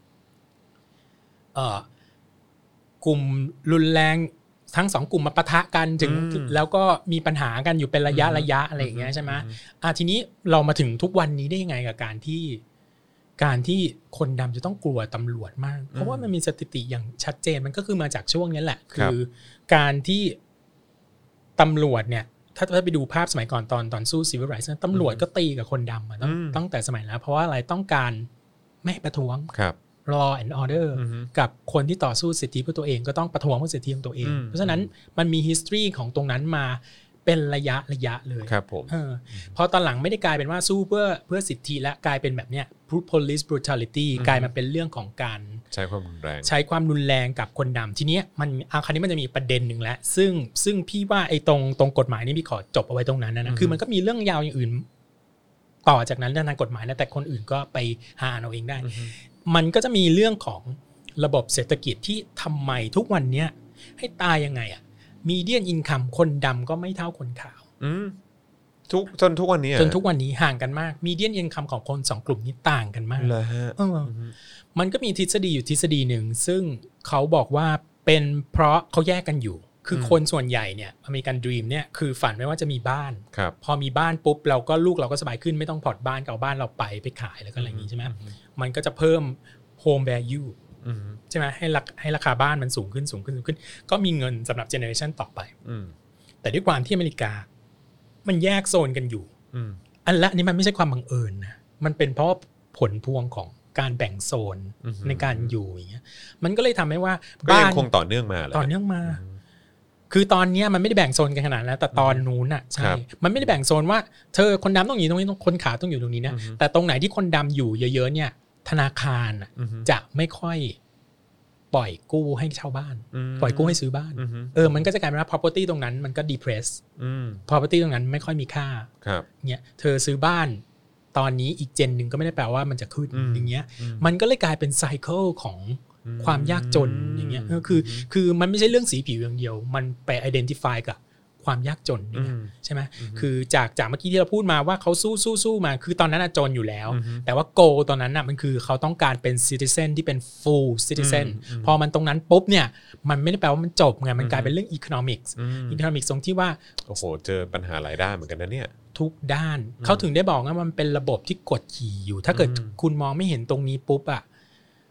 เอ่อกลุ่มรุนแรงทั้งสองกลุ่มมาปะทะกันถึงแล้วก็มีปัญหากันอยู่เป็นระยะระยะอะไรอย่างเงี้ยใช่ไหมอ่ะทีนี้เรามาถึงทุกวันนี้ได้ยังไงกับการที่การที่คนดำจะต้องกลัวตำรวจมากเพราะว่ามันมีสถิติอย่างชัดเจนมันก็คือมาจากช่วงนี้แหละคือการที่ตำรวจเนี่ยถ้าถ้าไปดูภาพสมัยก่อนตอนตอนสู้ Civil Rights ตำรวจก็ตีกับคนดำมาตั้งตั้งแต่สมัยแล้วเพราะว่าอะไรต้องการไม่ให้ประท้วงlaw and order กับคนที่ต่อสู้สิทธิเพื่อตัวเองก็ต้องประท้วงเพื่อสิทธิของตัวเองเพราะฉะนั้นมันมี history ของตรงนั้นมาเป็นระยะระยะเลยครับผมเออพอตอนหลังไม่ได้กลายเป็นว่าสู้เพื่อเพื่อสิทธิและกลายเป็นแบบเนี้ย police brutality กลายมาเป็นเรื่องของการใช้ความรุนแรงใช้ความรุนแรงกับคนดำทีเนี้ยมันเอาคราวนี้มันจะมีประเด็นหนึ่งแล้วซึ่งซึ่งพี่ว่าไอ้ตรงตรงกฎหมายนี่พี่ขอจบเอาไว้ตรงนั้นนะคือมันก็มีเรื่องยาวอย่างอื่นต่อจากนั้นทางกฎหมายนะแต่คนอื่นก็ไปหาเอาเองได้มันก็จะมีเรื่องของระบบเศรษฐกิจที่ทำไมทุกวันนี้ให้ตายยังไงอ่ะมีเดียนอินคัมคนดำก็ไม่เท่าคนขาวทุกจนทุกวันนี้จนทุกวันนี้ห่างกันมากมีเดียนอินคัมของคนสองกลุ่มนี้ต่างกันมากเลยฮะมันก็มีทฤษฎีอยู่ทฤษฎีหนึ่งซึ่งเขาบอกว่าเป็นเพราะเขาแยกกันอยู่คือคนส่วนใหญ่เนี่ยอเมริกันดรีมเนี่ยคือฝันไว้ว่าจะมีบ้านพอมีบ้านปุ๊บเราก็ลูกเราก็สบายขึ้นไม่ต้องผ่อนบ้านก็เอาบ้านเราไปไปขายแล้วก็อะไรอย่างนี้ใช่ไหมมันก็จะเพิ่ม home value ใช่ไหมให้ราให้ราคาบ้านมันสูงขึ้นสูงขึ้นสูงขึ้นก็มีเงินสำหรับเจเนอเรชันต่อไปแต่ด้วยความที่อเมริกามันแยกโซนกันอยู่อันละนี่มันไม่ใช่ความบังเอิญนะมันเป็นเพราะผลพวงของการแบ่งโซนในการอยู่อย่างเงี้ยมันก็เลยทำให้ว่าบ้านคงต่อเนื่องมาต่อเนื่องมาคือตอนนี้มันไม่ได้แบ่งโซนกันขนาดนั้นแต่ตอนนู้นอ่ะใช่มันไม่ได้แบ่งโซนว่าเธอคนดำต้องอยู่ตรงนี้คนขาวต้องอยู่ตรงนี้นะแต่ตรงไหนที่คนดำอยู่เยอะๆเนี่ยธนาคารจะไม่ค่อยปล่อยกู้ให้เช่าบ้านปล่อยกู้ให้ซื้อบ้านเออมันก็จะกลายเป็นว่า property ตรงนั้นมันก็ depress property ตรงนั้นไม่ค่อยมีค่าเนี่ยเธอซื้อบ้านตอนนี้อีกเจนนึงก็ไม่ได้แปลว่ามันจะขึ้นอย่างเงี้ยมันก็เลยกลายเป็นไซเคิลของความยากจนอย่างเงี้ยคือคือมันไม่ใช่เรื่องสีผิวอย่างเดียวมันไป identify กับความยากจนใช่ไหมคือจากจากเมื่อกี้ที่เราพูดมาว่าเขาสู้สู้สู้มาคือตอนนั้นจนอยู่แล้วแต่ว่า goal ตอนนั้นน่ะมันคือเขาต้องการเป็น citizen ที่เป็น full citizen พอมันตรงนั้นปุ๊บเนี่ยมันไม่ได้แปลว่ามันจบไงมันกลายเป็นเรื่อง economics economics ตรงที่ว่าโอ้โหเจอปัญหาหลายด้านเหมือนกันนะเนี่ยทุกด้านเขาถึงได้บอกว่ามันเป็นระบบที่กดขี่อยู่ถ้าเกิดคุณมองไม่เห็นตรงนี้ปุ๊บอ่ะ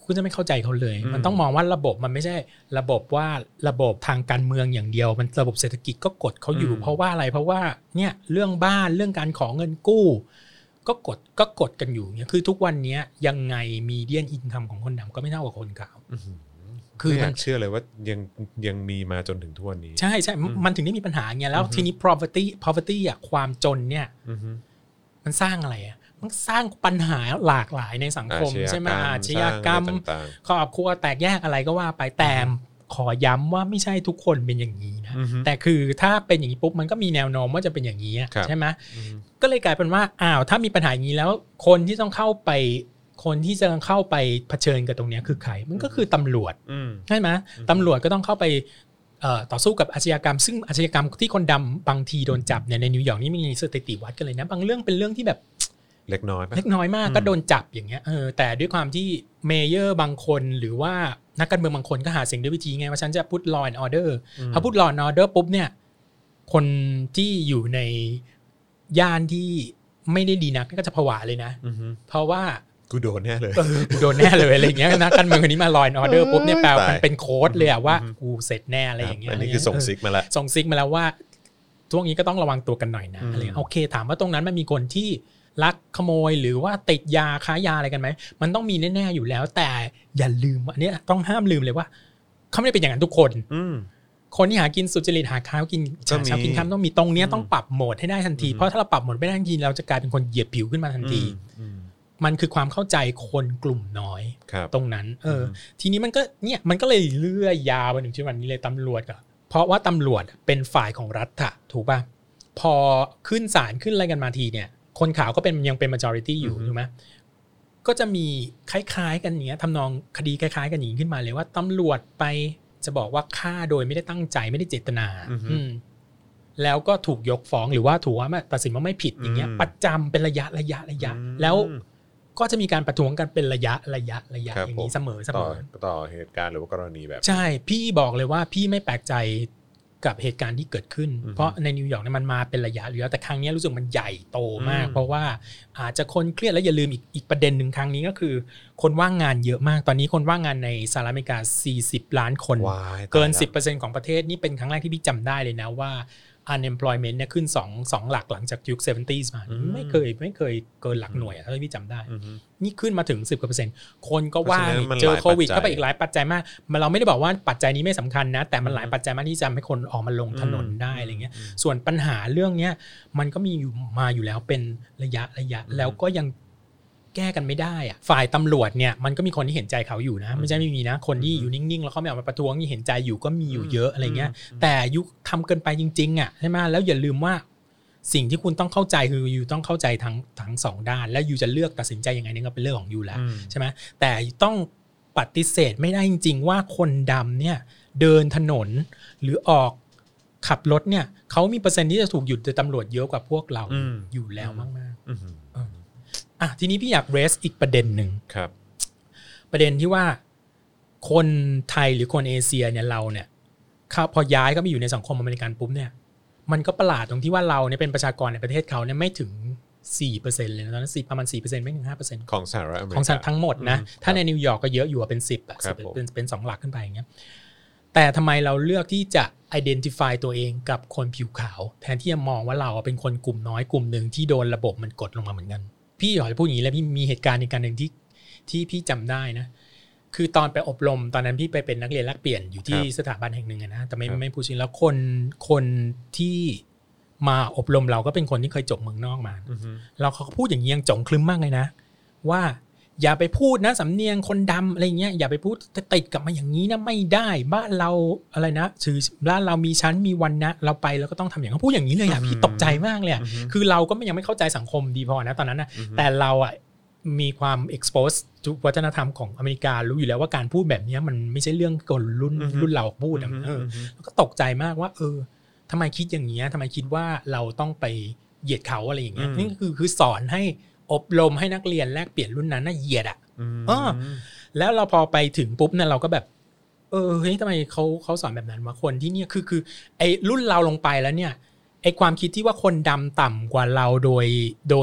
คุณจะไม่เข้าใจเขาเลยมันต้องมองว่าระบบมันไม่ใช่ระบบว่าระบบทางการเมืองอย่างเดียวมันระบบเศรษฐกิจก็กดเขาอยู่เพราะว่าอะไรเพราะว่าเนี่ยเรื่องบ้านเรื่องการขอเงินกู้ก็กดก็กดกันอยู่เนี่ยคือทุกวันนี้ยังไงมีเดียนอินคัมของคนดำก็ไม่เท่ากับคนขาวคือมันเชื่อเลยว่ายังยังมีมาจนถึงทุกวันนี้ใช่ใช่มันถึงได้มีปัญหาไงแล้วทีนี้ poverty poverty อ่ะความจนเนี่ยมันสร้างอะไรอ่ะมันสร้างปัญหาหลากหลายในสังคมใช่ไหมอาชญากรรมครอบครัวแตกแยกอะไรก็ว่าไปแต่ขอย้ำว่าไม่ใช่ทุกคนเป็นอย่างนี้นะแต่คือถ้าเป็นอย่างนี้ปุ๊บมันก็มีแนวโน้มว่าจะเป็นอย่างนี้ใช่ไหมก็เลยกลายเป็นว่าอ้าวถ้ามีปัญหาอย่างนี้แล้วคนที่ต้องเข้าไปคนที่จะเข้าไปเผชิญกับตรงนี้คือใครมันก็คือตำรวจใช่ไหมตำรวจก็ต้องเข้าไปต่อสู้กับอาชญากรรมซึ่งอาชญากรรมที่คนดำบางทีโดนจับเนี่ยในนิวยอร์กนี่มีสถิติวัดกันเลยนะบางเรื่องเป็นเรื่องที่แบบเล็กน้อยเล็กน้อยมากก็โดนจับอย่างเงี้ยเออแต่ด้วยความที่เมเยอร์บางคนหรือว่านักการเมืองบางคนก็หาเสียงด้วยวิธีไงว่าฉันจะพูด law and order พอพูด law and order ปุ๊บเนี่ยคนที่อยู่ในย่านที่ไม่ได้ดีนักก็จะผวาเลยนะเพราะว่ากูโดนแน่เลยกูโดนแน่เลยอะไรอย่างเงี้ยนักการเมืองคนนี้มา law and order ปุ๊บเนี่ยแปลว่ามันเป็นโค้ดเลยอะว่ากูเสร็จแน่อะไรอย่างเงี้ยอันนี้คือส่งซิกมาแล้วส่งซิกมาแล้วว่าช่วงนี้ก็ต้องระวังตัวกันหน่อยนะอะไรโอเคถามว่าตรงนั้นมันมีคนที่ลักขโมยหรือว่าติดยาค้ายาอะไรกันไหมมันต้องมีแน่ๆอยู่แล้วแต่อย่าลืมอันนี้ต้องห้ามลืมเลยว่าเขาไม่ได้เป็นอย่างนั้นทุกคนคนที่หากินสุจริตหาข้าวกินเช้ากินค่ำต้องมีตรงนี้ต้องปรับโหมดให้ได้ทันทีเพราะถ้าเราปรับโหมดไม่ได้ทันทีเราจะกลายเป็นคนเหยียดผิวขึ้นมาทันทีมันคือความเข้าใจคนกลุ่มน้อยตรงนั้นเออทีนี้มันก็เนี่ยมันก็เลยเลื่อยยาวไปถึงช่วงวันนี้เลยตำรวจอะเพราะว่าตำรวจเป็นฝ่ายของรัฐอะถูกป่ะพอขึ้นศาลขึ้นอะไรกันมาทีเนี่ยคนขาวก็เป็นยังเป็น majority อยู่ถูกไหมก็จะมีคล้ายๆกันเนี้ยทำนองคดีคล้ายๆกันอย่างนี้ขึ้นมาเลยว่าตำรวจไปจะบอกว่าฆ่าโดยไม่ได้ตั้งใจไม่ได้เจตนาแล้วก็ถูกยกฟ้องหรือว่าถูกว่าตัดสินว่าไม่ผิดอย่างเงี้ยประจำเป็นระยะระยะระยะแล้วก็จะมีการประท้วงกันเป็นระยะระยะระยะอย่างนี้เสมอเสมอต่อเหตุการณ์หรือว่ากรณีแบบใช่พี่บอกเลยว่าพี่ไม่แปลกใจกับเหตุการณ์ที่เกิดขึ้นเพราะในนิวยอร์กเนี่ยมันมาเป็นระยะอยู่แล้วแต่ครั้งนี้รู้สึกมันใหญ่โตมากเพราะว่าอาจจะคนเครียดแล้วอย่าลืมอีกอีกประเด็นหนึ่งครั้งนี้ก็คือคนว่างงานเยอะมากตอนนี้คนว่างงานในสหรัฐอเมริกาสี่สิบล้านคนเกิน สิบเปอร์เซ็นต์ ของประเทศนี่เป็นครั้งแรกที่พี่จำได้เลยนะว่า unemployment เนี่ยขึ้น2 2หลักหลังจากยุค เซเวนตี้ มาไม่เคยไม่เคยเกินหลักหน่วยเท่าที่พี่จำได้นี่ขึ้นมาถึง สิบกว่าเปอร์เซ็นต์ คนก็ว่างเจอโควิดเข้าไปอีกหลายปัจจัยมากมันเราไม่ได้บอกว่าปัจจัยนี้ไม่สำคัญนะแต่มันหลายปัจจัยมากที่จะทำให้คนออกมาลงถนนได้อะไรเงี้ยส่วนปัญหาเรื่องเนี้ยมันก็มีอยู่มาอยู่แล้วเป็นระยะระยะแล้วก็ยังแก้กันไม่ได้อะฝ่ายตำรวจเนี่ยมันก็มีคนที่เห็นใจเขาอยู่นะไม่ใช่ไม่มีนะคนที่อยู่นิ่งๆแล้วเขาไม่ออกมาประท้วงนี่เห็นใจอยู่ก็มีอยู่เยอะอะไรเงี้ยแต่ยุคทำเกินไปจริงๆอ่ะใช่ไหมแล้วอย่าลืมว่าสิ่งที่คุณต้องเข้าใจคือยูต้องเข้าใจทั้งทั้งสองด้านแล้วยูจะเลือกตัดสินใจยังไงนี่ก็เป็นเรื่องของยูแล้วใช่ไหมแต่ต้องปฏิเสธไม่ได้จริงๆว่าคนดำเนี่ยเดินถนนหรือออกขับรถเนี่ยเขามีเปอร์เซ็นต์ที่จะถูกหยุดโดยตำรวจเยอะกว่าพวกเราอยู่แล้วมากๆอ่ะทีนี้พี่อยากเรสอีกประเด็นหนึ่งครับประเด็นที่ว่าคนไทยหรือคนเอเชียเนี่ยเราเนี่ยพอย้ายก็มาอยู่ในสังคมอเมริกันปุ๊บเนี่ยมันก็ประหลาดตรงที่ว่าเราเนี่ยเป็นประชากรในประเทศเขาเนี่ยไม่ถึง สี่เปอร์เซ็นต์ เลยนะตอนนั้นประมาณ สี่เปอร์เซ็นต์ ไม่ถึง ห้าเปอร์เซ็นต์ของสหรัฐอเมริกาของสหรัฐทั้งหมดนะถ้าในนิวยอร์กก็เยอะอยู่เป็นสิบอ่ะเป็นเป็นสองหลักขึ้นไปอย่างเงี้ยแต่ทำไมเราเลือกที่จะ identify ตัวเองกับคนผิวขาวแทนที่จะมองว่าเราเป็นคนกลุ่มน้อยกลุ่มนึงที่โดนระบบมันกดลงมาเหมือนกันพี่อยากจะพูดอย่างนี้แล้วพี่มีเหตุการณ์ในการหนึ่งที่ที่พี่จำได้นะคือตอนไปอบรมตอนนั้นพี่ไปเป็นนักเรียนแลกเปลี่ยนอยู่ที่สถาบันแห่งหนึ่งนะแต่ไม่ไม่พูดจริงแล้วคนคนที่มาอบรมเราก็เป็นคนที่เคยจบเมืองนอกมาเราเขาพูดอย่างนี้ยังจงคลึ้มมากเลยนะว่าอย่าไปพูดนะสำเนียงคนดำอะไรเงี้ยอย่าไปพูดติดกลับมาอย่างนี้นะไม่ได้บ้านเราอะไรนะถือบ้านเรามีชั้นมีวันนะเราไปแล้วก็ต้องทำอย่างเขาพูดอย่างนี้เลยอ่ะพี่ตกใจมากเลยคือเราก็ยังไม่เข้าใจสังคมดีพอนะตอนนั้นนะแต่เราอ่ะมีความ expose ทุกวัฒนธรรมของอเมริการู้อยู่แล้วว่าการพูดแบบนี้มันไม่ใช่เรื่องคนรุ่นรุ่นเราพูดอ่ะเออก็ตกใจมากว่าเออทำไมคิดอย่างนี้ทำไมคิดว่าเราต้องไปเหยียดเขาอะไรอย่างเงี้ยนี่คือคือสอนให้อบรมให้นักเรียนแลกเปลี่ยนรุ่นนั้นน่ะเหยียดอ่ะเออแล้วเราพอไปถึงปุ๊บเนี่ยเราก็แบบเออเฮ้ยทำไมเขาเขาสอนแบบนั้นวะคนที่เนี่ยคือคือไอ้รุ่นเราลงไปแล้วเนี่ยไอ้ความคิดที่ว่าคนดำต่ำกว่าเราโดยโดย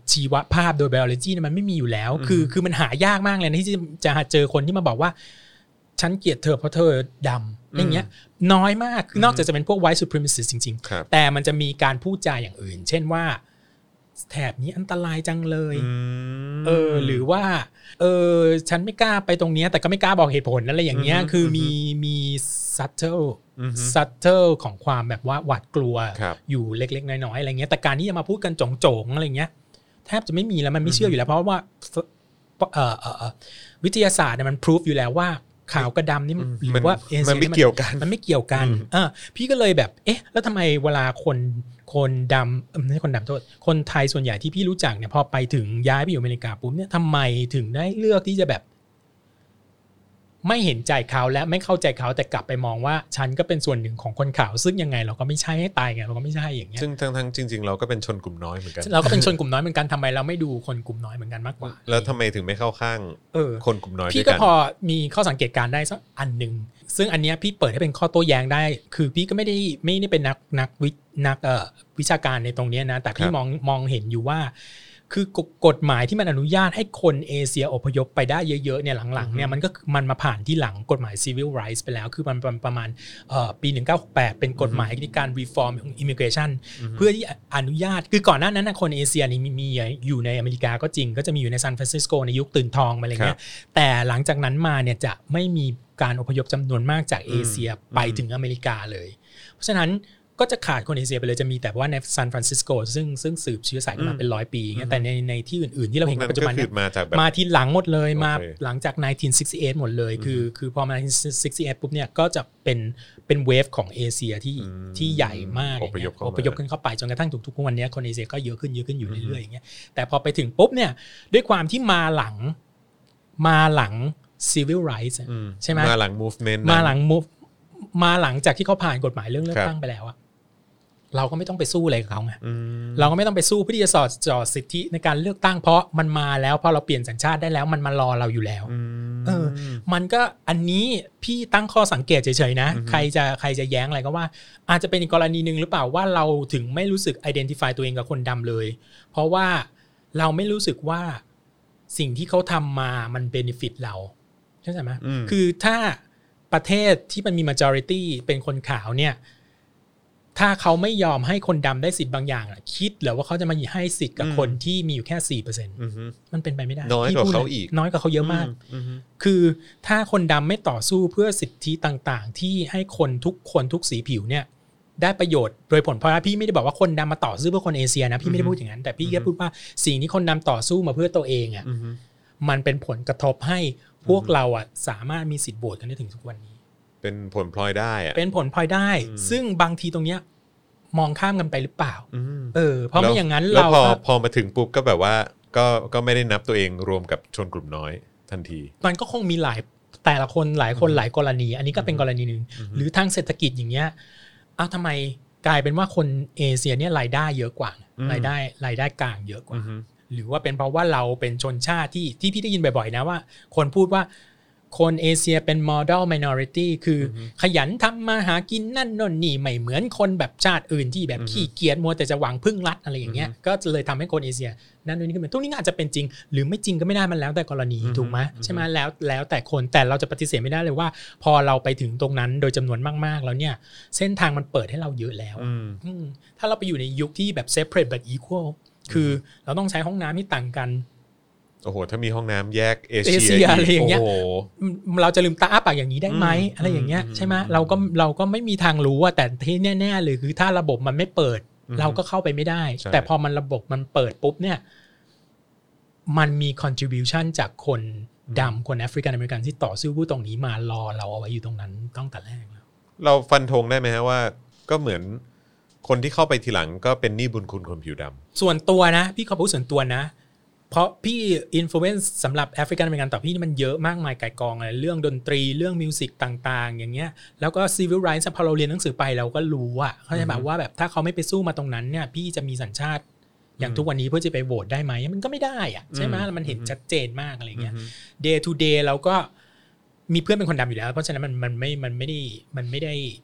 ชีวภาพโดย biology เนี่ยมันไม่มีอยู่แล้วคือคือมันหายากมากเลยนะที่จะจะเจอคนที่มาบอกว่าฉันเกลียดเธอเพราะเธอดำอย่างเงี้ยน้อยมากนอกจากจะเป็นพวก white supremacist จริงๆแต่มันจะมีการพูดจาอย่างอื่นเช่นว่าแถบนี้อันตรายจังเลยเออหรือว่าเออฉันไม่กล้าไปตรงนี้แต่ก็ไม่กล้าบอกเหตุผลอะไรอย่างเงี้ยคือมีมี subtle subtle ของความแบบว่าหวาดกลัวอยู่เล็กๆน้อยๆอะไรเงี้ยแต่การที่จะมาพูดกันโจงๆอะไรเงี้ยแทบจะไม่มีแล้วมันไม่เชื่ออยู่แล้วเพราะว่าเอ่อเอ่อวิทยาศาสตร์เนี่ยมันพิสูจอยู่แล้วว่าขาวกับดำนี่หรือว่าเอเชียมันไม่เกี่ยวกันมันไม่เกี่ยวกันเออพี่ก็เลยแบบเอ๊ะแล้วทำไมเวลาคนคนดำไม่ใช่คนดำโทษคนไทยส่วนใหญ่ที่พี่รู้จักเนี่ยพอไปถึงย้ายไปอยู่อเมริกาปุ๊บเนี่ยทำไมถึงได้เลือกที่จะแบบไม่เห็นใจเขาและไม่เข้าใจเขาแต่กลับไปมองว่าฉันก็เป็นส่วนหนึ่งของคนขาวซึ่งยังไงเราก็ไม่ใช่ให้ตายไงเราก็ไม่ใช่อย่างเงี้ยซึ่งทั้งๆจริงๆเราก็เป็นชนกลุ่มน้อยเหมือนกันเราก็เป็นชนกลุ่มน้อยเหมือนกันทำไมเราไม่ดูคนกลุ่มน้อยเหมือนกันมากกว่าแล้วทำไมถึงไม่เข้าข้างคนกลุ่มน้อยด้วยกันพี่ก็พอมีข้อสังเกตการได้สักอันนึงซึ่งอันเนี้ยพี่เปิดให้เป็นข้อโต้แย้งได้คือพี่ก็ไม่ได้ไม่ได้เป็นนักนักวินักเอ่อวิชาการในตรงนี้นะแต่พี่มองมองเห็นอยู่ว่าคือกฎหมายที่มันอนุญาตให้คนเอเชียอพยพไปได้เยอะๆเนี่ยหลังๆเนี่ยมันก็มันมาผ่านที่หลังกฎหมาย Civil Rights ไปแล้วคือมันประมาณเอ่อปีหนึ่งเก้าหกแปดเป็นกฎหมายในการ reform ของ immigration เพื่อที่อนุญาตคือก่อนหน้านั้นคนเอเชียนี่มีอยู่ในอเมริกาก็จริงก็จะมีอยู่ในซานฟรานซิสโกในยุคตื่นทองอะไรเงี้ยแต่หลังจากนั้นมาเนี่ยจะไม่มีการอพยพจำนวนมากจากเอเชียไปถึงอเมริกาเลยเพราะฉะนั้นก็จะขาดคนเอเชียไปเลยจะมีแต่ว่าในซานฟรานซิสโกซึ่งซึ่งสืบเชื้อสายกันมาเป็นร้อยปีแต่ในในที่อื่นๆที่เราเห็นปัจจุบันเนี่ยมาทีหลังหมดเลยมาหลังจากหนึ่งพันเก้าร้อยหกสิบแปดหมดเลยคือคือพอมาหนึ่งพันเก้าร้อยหกสิบแปดปุ๊บเนี่ยก็จะเป็นเป็นเวฟของเอเชียที่ที่ใหญ่มากอพยพขึ้นเข้าไปจนกระทั่งทุกๆวันนี้คนเอเชียก็เยอะขึ้นเยอะขึ้นอยู่เรื่อยๆอย่างเงี้ยแต่พอไปถึงปุ๊บเนี่ยด้วยความที่มาหลังมาหลัง civil rights ใช่ไหมมาหลัง movement มาหลัง move มาหลังจากที่เขาผ่านกฎหมายเรื่องเลือกตั้งไปแล้วอะเราก็ไม่ต้องไปสู้อะไรกับเขาไงเราก็ไม่ต้องไปสู้เพื่อที่จะสอดจอดสิทธิในการเลือกตั้งเพราะมันมาแล้วพอเราเปลี่ยนสัญชาติได้แล้วมันมารอเราอยู่แล้วเออมันก็อันนี้พี่ตั้งข้อสังเกตเฉยๆนะใครจะใครจะแย้งอะไรก็ว่าอาจจะเป็นอีกกรณีนึงหรือเปล่าว่าเราถึงไม่รู้สึก identify ตัวเองกับคนดำเลยเพราะว่าเราไม่รู้สึกว่าสิ่งที่เขาทำมามัน benefit เราเข้าใจไหมคือถ้าประเทศที่มันมี majority เป็นคนขาวเนี่ยถ้าเขาไม่ยอมให้คนดำได้สิทธิ์บางอย่างคิดหรือว่าเขาจะมาให้สิทธิ์กับคนที่มีอยู่แค่ สี่เปอร์เซ็นต์ มันเป็นไปไม่ได้น้อยกว่าเขาอีกน้อยกว่าเขาเยอะมากคือถ้าคนดำไม่ต่อสู้เพื่อสิทธิต่างๆที่ให้คนทุกคนทุกสีผิวเนี่ยได้ประโยชน์โดยผลเพราะพี่ไม่ได้บอกว่าคนดำมาต่อสู้เพื่อคนเอเชียนะพี่ไม่ได้พูดอย่างนั้นแต่พี่แค่พูดว่าสิ่งที่คนดำต่อสู้มาเพื่อตัวเองอ่ะมันเป็นผลกระทบให้พวกเราอ่ะสามารถมีสิทธิ์โหวตกันได้ถึงทุกวันนี้เป็นผลพลอยได้อะเป็นผลพลอยได้ซึ่งบางทีตรงเนี้ยมองข้ามกันไปหรือเปล่าเออเพราะไม่อย่างนั้นเราพอพอมาถึงปุ๊บก็แบบว่าก็ก็ไม่ได้นับตัวเองรวมกับชนกลุ่มน้อยทันทีมันก็คงมีหลายแต่ละคนหลายคนหลายกรณีอันนี้ก็เป็นกรณีนึงหรือทางเศรษฐกิจอย่างเงี้ยอ้าวทำไมกลายเป็นว่าคนเอเชียเนี่ยรายได้เยอะกว่ารายได้รายได้กลางเยอะกว่าหรือว่าเป็นเพราะว่าเราเป็นชนชาติที่ที่พี่ได้ยินบ่อยๆนะว่าคนพูดว่าคนเอเชียเป็น model minority คือขยันทำมาหากินนั่นนนนี่ไม่เหมือนคนแบบชาติอื่นที่แบบขี้เกียจมัวแต่จะหวังพึ่งรัฐอะไรอย่างเงี้ยก็เลยทำให้คนเอเชียนั่นนู่นนี่ขึ้นมาทุกนี้อาจจะเป็นจริงหรือไม่จริงก็ไม่ได้มันแล้วแต่กรณีถูกไหมใช่ไหมแล้วแล้วแต่คนแต่เราจะปฏิเสธไม่ได้เลยว่าพอเราไปถึงตรงนั้นโดยจำนวนมากๆแล้วเนี่ยเส้นทางมันเปิดให้เราเยอะแล้วถ้าเราไปอยู่ในยุคที่แบบ separate but equal คือเราต้องใช้ห้องน้ำที่ต่างกันโอ้โหถ้ามีห้องน้ำแยกเอเชียอะไรอย่างเงี้ยเราจะลืมตาอ้าปากอย่างนี้ได้ไหมอะไรอย่างเงี้ยใช่ไหมเราก็เราก็ไม่มีทางรู้อะแต่ที่แน่ๆเลยคือถ้าระบบมันไม่เปิดเราก็เข้าไปไม่ได้แต่พอมันระบบมันเปิดปุ๊บเนี่ยมันมี contribution จากคนดำคนแอฟริกันอเมริกันที่ต่อสู้ผู้ตรงนี้มารอเราเอาไว้อยู่ตรงนั้นตั้งแต่แรกแล้วเราฟันธงได้ไหมฮะว่าก็เหมือนคนที่เข้าไปทีหลังก็เป็นหนี้บุญคุณคนผิวดำส่วนตัวนะพี่ขอพูดส่วนตัวนะเพราะพี่อินฟลูเอนซ์สำหรับแอฟริกันอเมริกันต่อพี่นี่มันเยอะมากมายไก่กองเลยเรื่องดนตรีเรื่องมิวสิกต่างๆอย่างเงี้ยแล้วก็ซีวิลไรท์พอเราเรียนหนังสือไปเราก็รู้อะเขาจะแบบว่าแบบถ้าเขาไม่ไปสู้มาตรงนั้นเนี่ยพี่จะมีสัญชาติอย่างทุกวันนี้เพื่อจะไปโหวตได้ไหมมันก็ไม่ได้อะใช่ไหมมันเห็นชัดเจนมากอะไรเงี้ย day to day เราก็มีเพื่อนเป็นคนดำอยู่แล้วเพราะฉะนั้นมันมันไม่มันไม่ได้มันไม่ได้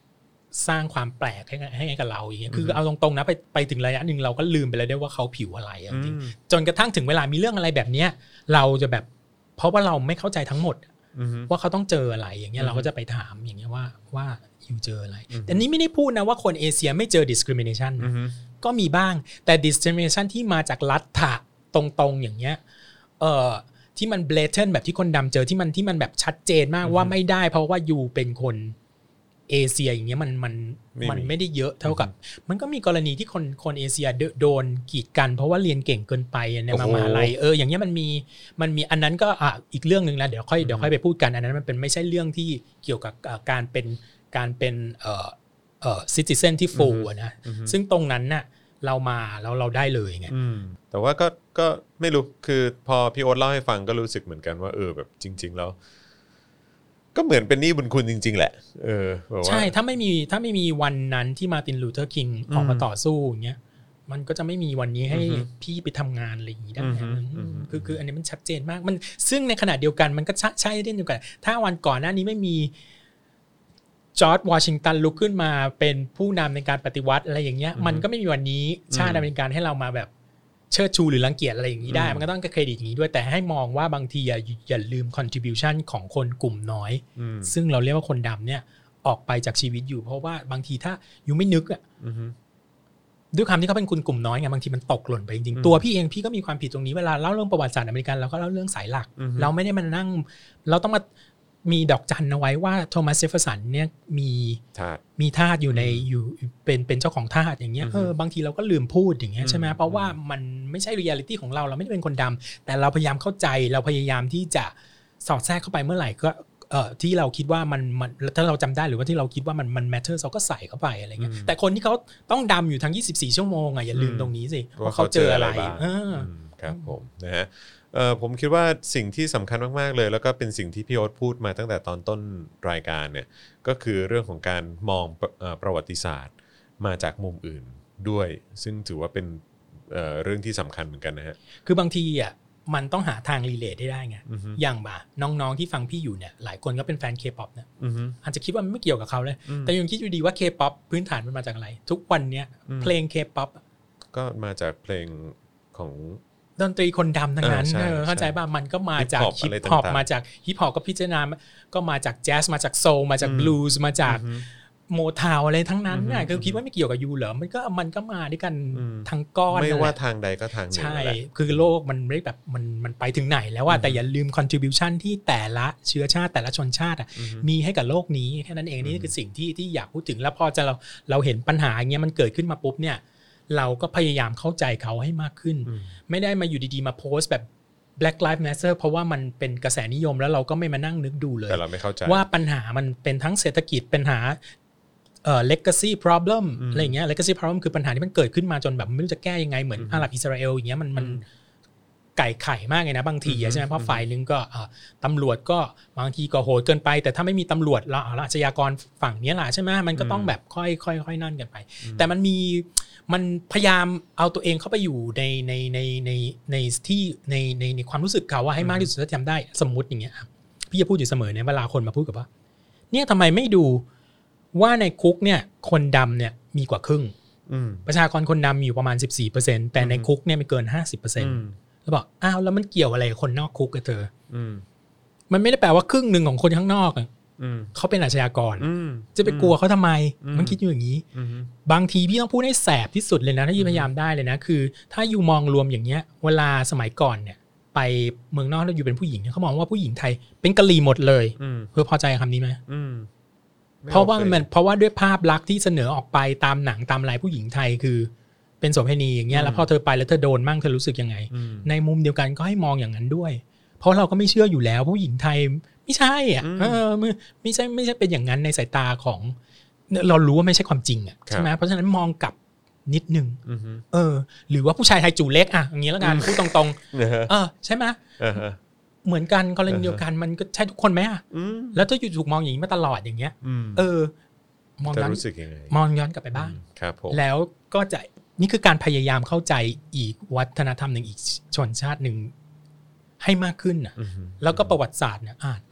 สร้างความแปลกให้ให้กับเราอย่างเงี้ยคือเอาตรงๆนะไปไปถึงระยะนึงเราก็ลืมไปแล้วได้ว่าเขาผิวอะไรจริงจนกระทั่งถึงเวลามีเรื่องอะไรแบบเนี้ยเราจะแบบเพราะว่าเราไม่เข้าใจทั้งหมดว่าเขาต้องเจออะไรอย่างเงี้ยเราก็จะไปถามอย่างเงี้ยว่าว่าอยู่เจออะไรแต่นี้ไม่ได้พูดนะว่าคนเอเชียไม่เจอ discrimination ก็มีบ้างแต่ discrimination ที่มาจากลัทธิตรงๆอย่างเงี้ยเอ่อที่มัน blatant แบบที่คนดำเจอที่มันที่มันแบบชัดเจนมากว่าไม่ได้เพราะว่าอยู่เป็นคนเอเชียอย่างเงี้ยมันมันมันไม่ได้เยอะเท่ากับมันก็มีกรณีที่คนคนเอเชียโดนกีดกันเพราะว่าเรียนเก่งเกินไปในมหาลัยเอออย่างเงี้ยมันมีมันมีอันนั้นก็อ่ะอีกเรื่องนึงแล้วเดี๋ยวค่อยเดี๋ยวค่อยไปพูดกันอันนั้นมันเป็นไม่ใช่เรื่องที่เกี่ยวกับการเป็นการเป็นเอ่อเอ่อ citizen ที่ full นะซึ่งตรงนั้นน่ะเรามาแล้วเราได้เลยไงแต่ว่าก็ก็ไม่รู้คือพอพี่โอ๊ตเล่าให้ฟังก็รู้สึกเหมือนกันว่าเออแบบจริงๆแล้วก็เหมือนเป็นหนี้บุญคุณจริงๆแหละเออใช่ถ้าไม่มีถ้าไม่มีวันนั้นที่มาร์ตินลูเทอร์คิงออกมาต่อสู้อย่างเงี้ยมันก็จะไม่มีวันนี้ให้พี่ไปทำงานอะไรอย่างงี้ได้คือคืออันนี้มันชัดเจนมากมันซึ่งในขณะเดียวกันมันก็ใช่เช่นเดียวกันถ้าวันก่อนหน้านี้ไม่มีจอร์จวอชิงตันลุกขึ้นมาเป็นผู้นำในการปฏิวัติอะไรอย่างเงี้ยมันก็ไม่มีวันนี้ชาติอเมริกันให้เรามาแบบเชิดชูหรือรังเกียจอะไรอย่างนี้ได้มันก็ต้องเครดิตอย่างนี้ด้วยแต่ให้มองว่าบางทีอย่าอย่าลืม contribution ของคนกลุ่มน้อยซึ่งเราเรียกว่าคนดำเนี่ยออกไปจากชีวิตอยู่เพราะว่าบางทีถ้าอยู่ไม่นึกอ่ะด้วยความที่เขาเป็นคนกลุ่มน้อยไงบางทีมันตกหล่นไปจริงๆตัวพี่เองพี่ก็มีความผิดตรงนี้เวลาเล่าเรื่องประวัติศาสตร์อเมริกันเราก็เล่าเรื่องสายหลักเราไม่ได้มานั่งเราต้องมามีดอกจันเอาไว้ว่าโทมัสเจฟเฟอร์สันเนี่ยมีมีทาสอยู่ในอยู่เป็นเป็นเจ้าของทาสอย่างเงี้ยเออบางทีเราก็ลืมพูดอย่างเงี้ยใช่ไหมเพราะว่ามันไม่ใช่เรียลิตี้ของเราเราไม่ได้เป็นคนดำแต่เราพยายามเข้าใจเราพยายามที่จะสอดแทรกเข้าไปเมื่อไหร่ก็เอ่อที่เราคิดว่ามันมันถ้าเราจำได้หรือว่าที่เราคิดว่ามันมันแมทเทอร์เราก็ใส่เข้าไปอะไรเงี้ยแต่คนที่เขาต้องดำอยู่ทั้งยี่สิบสี่ชั่วโมงอ่ะอย่าลืมตรงนี้สิว่าเขาเจออะไรครับผมนะฮะเอ่อผมคิดว่าสิ่งที่สำคัญมากๆเลยแล้วก็เป็นสิ่งที่พี่โอ๊ตพูดมาตั้งแต่ตอนต้นรายการเนี่ยก็คือเรื่องของการมองประวัติศาสตร์มาจากมุมอื่นด้วยซึ่งถือว่าเป็นเอ่อเรื่องที่สำคัญเหมือนกันนะฮะคือบางทีอ่ะมันต้องหาทางรีเลทได้ไงอย่างบ่าน้องๆที่ฟังพี่อยู่เนี่ยหลายคนก็เป็นแฟน K-pop นะอาจจะคิดว่ามันไม่เกี่ยวกับเขาเลยแต่ยังคิดอยู่ดีว่า K-pop พื้นฐานมันมาจากอะไรทุกวันเนี้ยเพลง K-pop ก็มาจากเพลงของดนตรีคนดำทั้งนั้นเข้าใจป่ะมันก็มาจากฮิปฮอปมาจากฮิปฮอปก็พิจารณาก็มาจากแจ๊สมาจากโซลมาจากบลูส์มาจากโมทาวอะไรทั้งนั้นน่ะคือคิดว่าไม่เกี่ยวกับยูเหรอมันก็มันก็มาด้วยกันทั้งก้อนไม่ว่าทางใดก็ทางหนึ่งใช่คือโลกมันไม่แบบมันมันไปถึงไหนแล้วว่าแต่อย่าลืม contribution ที่แต่ละเชื้อชาติแต่ละชนชาติมีให้กับโลกนี้แค่นั้นเองนี่คือสิ่งที่ที่อยากพูดถึงแล้วพอจะเราเราเห็นปัญหาอย่างเงี้ยมันเกิดขึ้นมาปุ๊บเนี่ยเราก็พยายามเข้าใจเขาให้มากขึ้นไม่ได้มาอยู่ดีๆมาโพสต์แบบ Black Lives Matter เพราะว่ามันเป็นกระแสนิยมแล้วเราก็ไม่มานั่งนึกดูเลยว่าปัญหามันเป็นทั้งเศรษฐกิจปัญหาเอ่อ legacy problem อะไรอย่างเงี้ย legacy problem คือปัญหาที่มันเกิดขึ้นมาจนแบบไม่รู้จะแก้ยังไงเหมือนอาหรับอิสราเอลอย่างเงี้ยมันมันไก่ไข่มากเลยนะบางทีใช่ไหมเพราะฝ่ายนึงก็ตำรวจก็บางทีก็โหดเกินไปแต่ถ้าไม่มีตำรวจแล้วอาชญากรฝั่งนี้แหละใช่ไหมมันก็ต้องแบบค่อยค่อยค่อยนั่นกันไปแต่มันมีมันพยายามเอาตัวเองเข้าไปอยู่ในในในในในที่ในในในความรู้สึกเขาว่าให้มากที่สุดที่ทำได้สมมุติอย่างเงี้ยพี่จะพูดอยู่เสมอเนี่ยเวลาคนมาพูดกับว่าเนี่ยทำไมไม่ดูว่าในคุกเนี่ยคนดำเนี่ยมีกว่าครึ่งประชากรคนดำมีอยู่ประมาณ สิบสี่เปอร์เซ็นต์ แต่ในคุกเนี่ยไม่เกิน ห้าสิบเปอร์เซ็นต์ แล้วบอกอ้าวแล้วมันเกี่ยวอะไรคนนอกคุกกับเธอมันไม่ได้แปลว่าครึ่งหนึ่งของคนข้างนอกเขาเป็นอาชญากรจะไปกลัวเขาทำไมมันคิดอยู่อย่างนี้บางทีพี่ต้องพูดให้แสบที่สุดเลยนะถ้ายูพยายามได้เลยนะคือถ้ายูมองรวมอย่างเงี้ยเวลาสมัยก่อนเนี่ยไปเมืองนอกแล้วยูเป็นผู้หญิงเขามองว่าผู้หญิงไทยเป็นกะลีหมดเลยเพื่อพอใจคำนี้ไหมเพราะว่ามันเพราะว่าด้วยภาพลักษณ์ที่เสนอออกไปตามหนังตามลายผู้หญิงไทยคือเป็นโสเภณีอย่างเงี้ยแล้วพอเธอไปแล้วเธอโดนมั่งเธอรู้สึกยังไงในมุมเดียวกันก็ให้มองอย่างนั้นด้วยเพราะเราก็ไม่เชื่ออยู่แล้วผู้หญิงไทยไม่ใช่อ่ะเออไม่ใช่ไม่ใช่เป็นอย่างนั้นในสายตาของเรารู้ว่าไม่ใช่ความจริงอ่ะใช่ไหมเพราะฉะนั้นมองกลับนิดนึงเออหรือว่าผู้ชายไทยจูเล็กอ่ะอย่างนี้แล้วกันพูดตรงๆเออใช่ไหมเหมือนกันกรณีเดียวกันมันก็ใช่ทุกคนไหมอ่ะแล้วถ้าอยู่ถูกมองอย่างนี้มาตลอดอย่างเงี้ยเออมองย้อนมองย้อนกลับไปบ้างแล้วก็จะนี่คือการพยายามเข้าใจอีกวัฒนธรรมหนึ่งอีกชนชาติหนึ่งให้มากขึ้นน่ะแล้วก็ประวัติศาสตร์เนี่ยอ่านอ่าน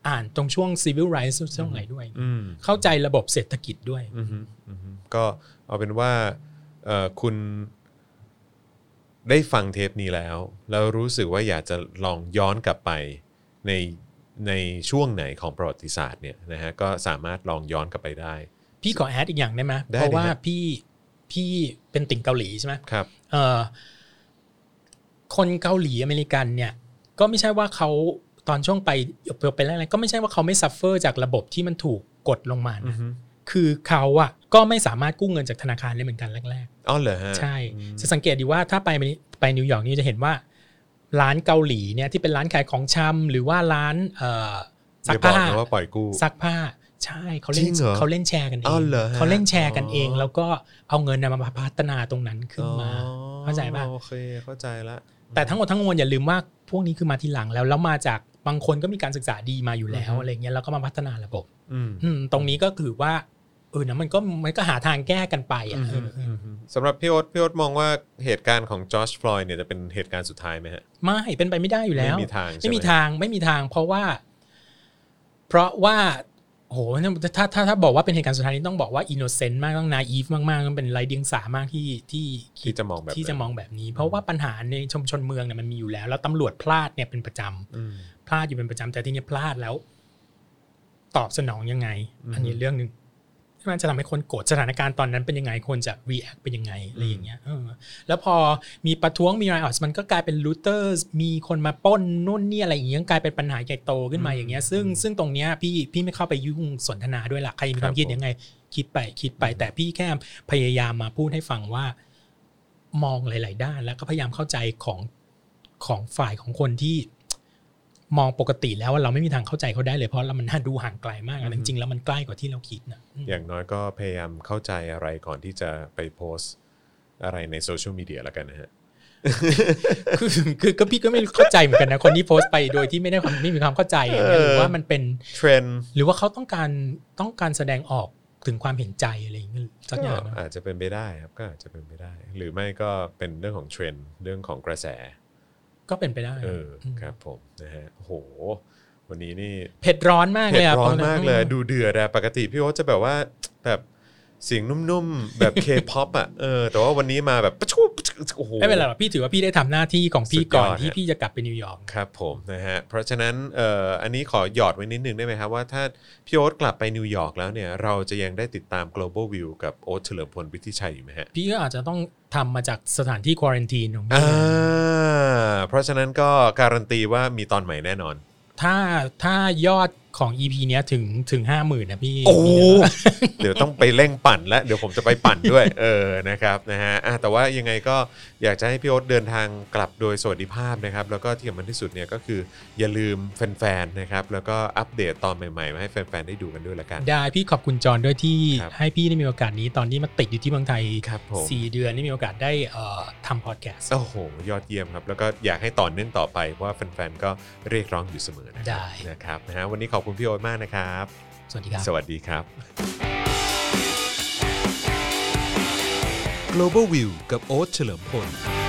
อ่านตรงช่วง civil rights ช่วงไหนด้วยเข้าใจระบบเศรษฐกิจด้วยก็เอาเป็นว่าคุณได้ฟังเทปนี้แล้วแล้วรู้สึกว่าอยากจะลองย้อนกลับไปในในช่วงไหนของประวัติศาสตร์เนี่ยนะฮะก็สามารถลองย้อนกลับไปได้พี่ขอแอดอีกอย่างได้ไหมเพราะว่าพี่พี่เป็นติ่งเกาหลีใช่ไหมครับเอ่อคนเกาหลีอเมริกันเนี่ยก็ไม่ใช่ว่าเขาตอนช่วงไปไปอะไรก็ไม่ใช่ว่าเขาไม่ซัฟเฟอร์จากระบบที่มันถูกกดลงมานะคือเขาอ่ะก็ไม่สามารถกู้เงินจากธนาคารได้เหมือนกันแรกๆอ๋อเหรอฮะใช่จะสังเกตดีว่าถ้าไปไปนิวยอร์กนี่จะเห็นว่าร้านเกาหลีเนี่ยที่เป็นร้านขายของชำหรือว่าร้านเอ่อซักผ้าว่าปล่อยกู้ซักผ้าใช่เขาเล่นเขาเล่นแชร์กันเองเขาเล่นแชร์กันเองแล้วก็เอาเงินมาพัฒนาตรงนั้นขึ้นมาเข้าใจป่ะโอเคเข้าใจละแต่ทั้งหมดทั้งมวลอย่าลืมว่าพวกนี้คือมาทีหลังแล้วแล้วมาจากบางคนก็มีการศึกษาดีมาอยู่แล้วอะไรเงี้ยแล้วก็มาพัฒนาระบบตรงนี้ก็ถือว่าเออนะมันก็มันก็หาทางแก้กันไปอ่ะสำหรับพี่โอ๊ตพี่โอ๊ตมองว่าเหตุการณ์ของจอร์จฟลอยด์เนี่ยจะเป็นเหตุการณ์สุดท้ายไหมฮะไม่เป็นไปไม่ได้อยู่แล้วไม่มีทางไม่มีทางไม่มีทางเพราะว่าเพราะว่าโหถ้าถ้าถ้าบอกว่าเป็นเหตุการณ์สุดท้ายนี้ต้องบอกว่าอินโนเซนต์มากต้องนาอีฟมากๆต้องเป็นไร้เดียงสามากที่ที่ที่จะมองแบบที่จะมองแบบนี้เพราะว่าปัญหาในชุมชนเมืองเนี่ยมันมีอยู่แล้วแล้วตำรวจพลาดเนี่ยเป็นประจำพลาดอยู่เป็นประจำแต่ทีนี้พลาดแล้วตอบสนองยังไงอันนี้เรื่องนึงมันจะทำให้คนโกรธสถานการณ์ตอนนั้นเป็นยังไงคนจะ react เป็นยังไงอะไรอย่างเงี้ยแล้วพอมีประท้วงมีไรออตมันก็กลายเป็นลูเตอร์มีคนมาปล้นนู่นนี่อะไรอย่างเงี้ยกลายเป็นปัญหาใหญ่โตขึ้นมาอย่างเงี้ยซึ่งซึ่งตรงเนี้ยพี่พี่ไม่เข้าไปยุ่งสนทนาด้วยล่ะใครมีความคิดยังไงคิดไปคิดไปแต่พี่แค่พยายามมาพูดให้ฟังว่ามองหลายๆด้านแล้วก็พยายามเข้าใจของของฝ่ายของคนที่มองปกติแล้วว่าเราไม่มีทางเข้าใจเขาได้เลยเพราะเรามันดูห่างไกลมากจริงๆแล้วมันใกล้กว่าที่เราคิดนะอย่างน้อยก็พยายามเข้าใจอะไรก่อนที่จะไปโพสต์อะไรในโซเชียลมีเดียแล้วกันนะฮะคือคือก็พี่ก็ไม่เข้าใจเหมือนกันนะคนที่โพสต์ไปโดยที่ไม่ได้ความไม่มีความเข้าใจหรือว่ามันเป็นเทรนด์หรือว่าเขาต้องการต้องการแสดงออกถึงความเห็นใจอะไรอย่างเงี้ยสักอย่างอาจจะเป็นไปได้ครับก็อาจจะเป็นไปได้หรือไม่ก็เป็นเรื่องของเทรนด์เรื่องของกระแสก็เป็นไปได้เออครับผมนะฮะโอ้โหวันนี้นี่เผ็ดร้อนมากเลยอ่ะเผ็ดร้อนมากเลยดูเดือดอะปกติพี่โอ๊ตจะแบบว่าแบบเสียงนุ่มๆแบบ K-pop อ่ะเออแต่ว่าวันนี้มาแบบโอ้โหไม่เป็นไรหรอกพี่ถือว่าพี่ได้ทำหน้าที่ของพี่ก่อนที่พี่จะกลับไปนิวยอร์กครับผมนะฮะเพราะฉะนั้นเอ่ออันนี้ขอหยอดไว้นิดนึงได้ไหมครับว่าถ้าพี่โอ๊ตกลับไปนิวยอร์กแล้วเนี่ยเราจะยังได้ติดตาม Global View กับโอ๊ตเฉลิมพล ฤทธิชัยอยู่ไหมฮะพี่ก็อาจจะต้องทำมาจากสถานที่ควอรันทีนของพี่อ่าเพราะฉะนั้นก็การันตีว่ามีตอนใหม่แน่นอนถ้าถ้ายอดของ อี พี เนี้ยถึงถึง ห้าหมื่น นะพี่โอ้เดี๋ยวต้องไปเร่งปั่นแล้วเดี๋ยวผมจะไปปั่นด้วยเออนะครับนะฮะแต่ว่ายังไงก็อยากจะให้พี่โอ๊ตเดินทางกลับโดยสวัสดิภาพนะครับแล้วก็ที่สำคัญที่สุดเนี่ยก็คืออย่าลืมแฟนๆนะครับแล้วก็อัปเดตตอนใหม่ๆมาให้แฟนๆได้ดูกันด้วยละกันได้พี่ขอบคุณจอนด้วยที่ให้พี่ได้มีโอกาสนี้ตอนนี้มาติดอยู่ที่เมืองไทยสี่เดือนนี่มีโอกาสได้เอ่อทำพอดแคสต์โอ้โหยอดเยี่ยมครับแล้วก็อยากให้ต่อเนื่องต่อไปเพราะว่าแฟนๆก็เรียกร้องอยู่เสมอได้นะครับนะฮะวันนี้ขอบคุณพี่โอ๊ตมากนะครับสวัสดีครับสวัสดีครับ Global View กับโอ๊ตเฉลิมพล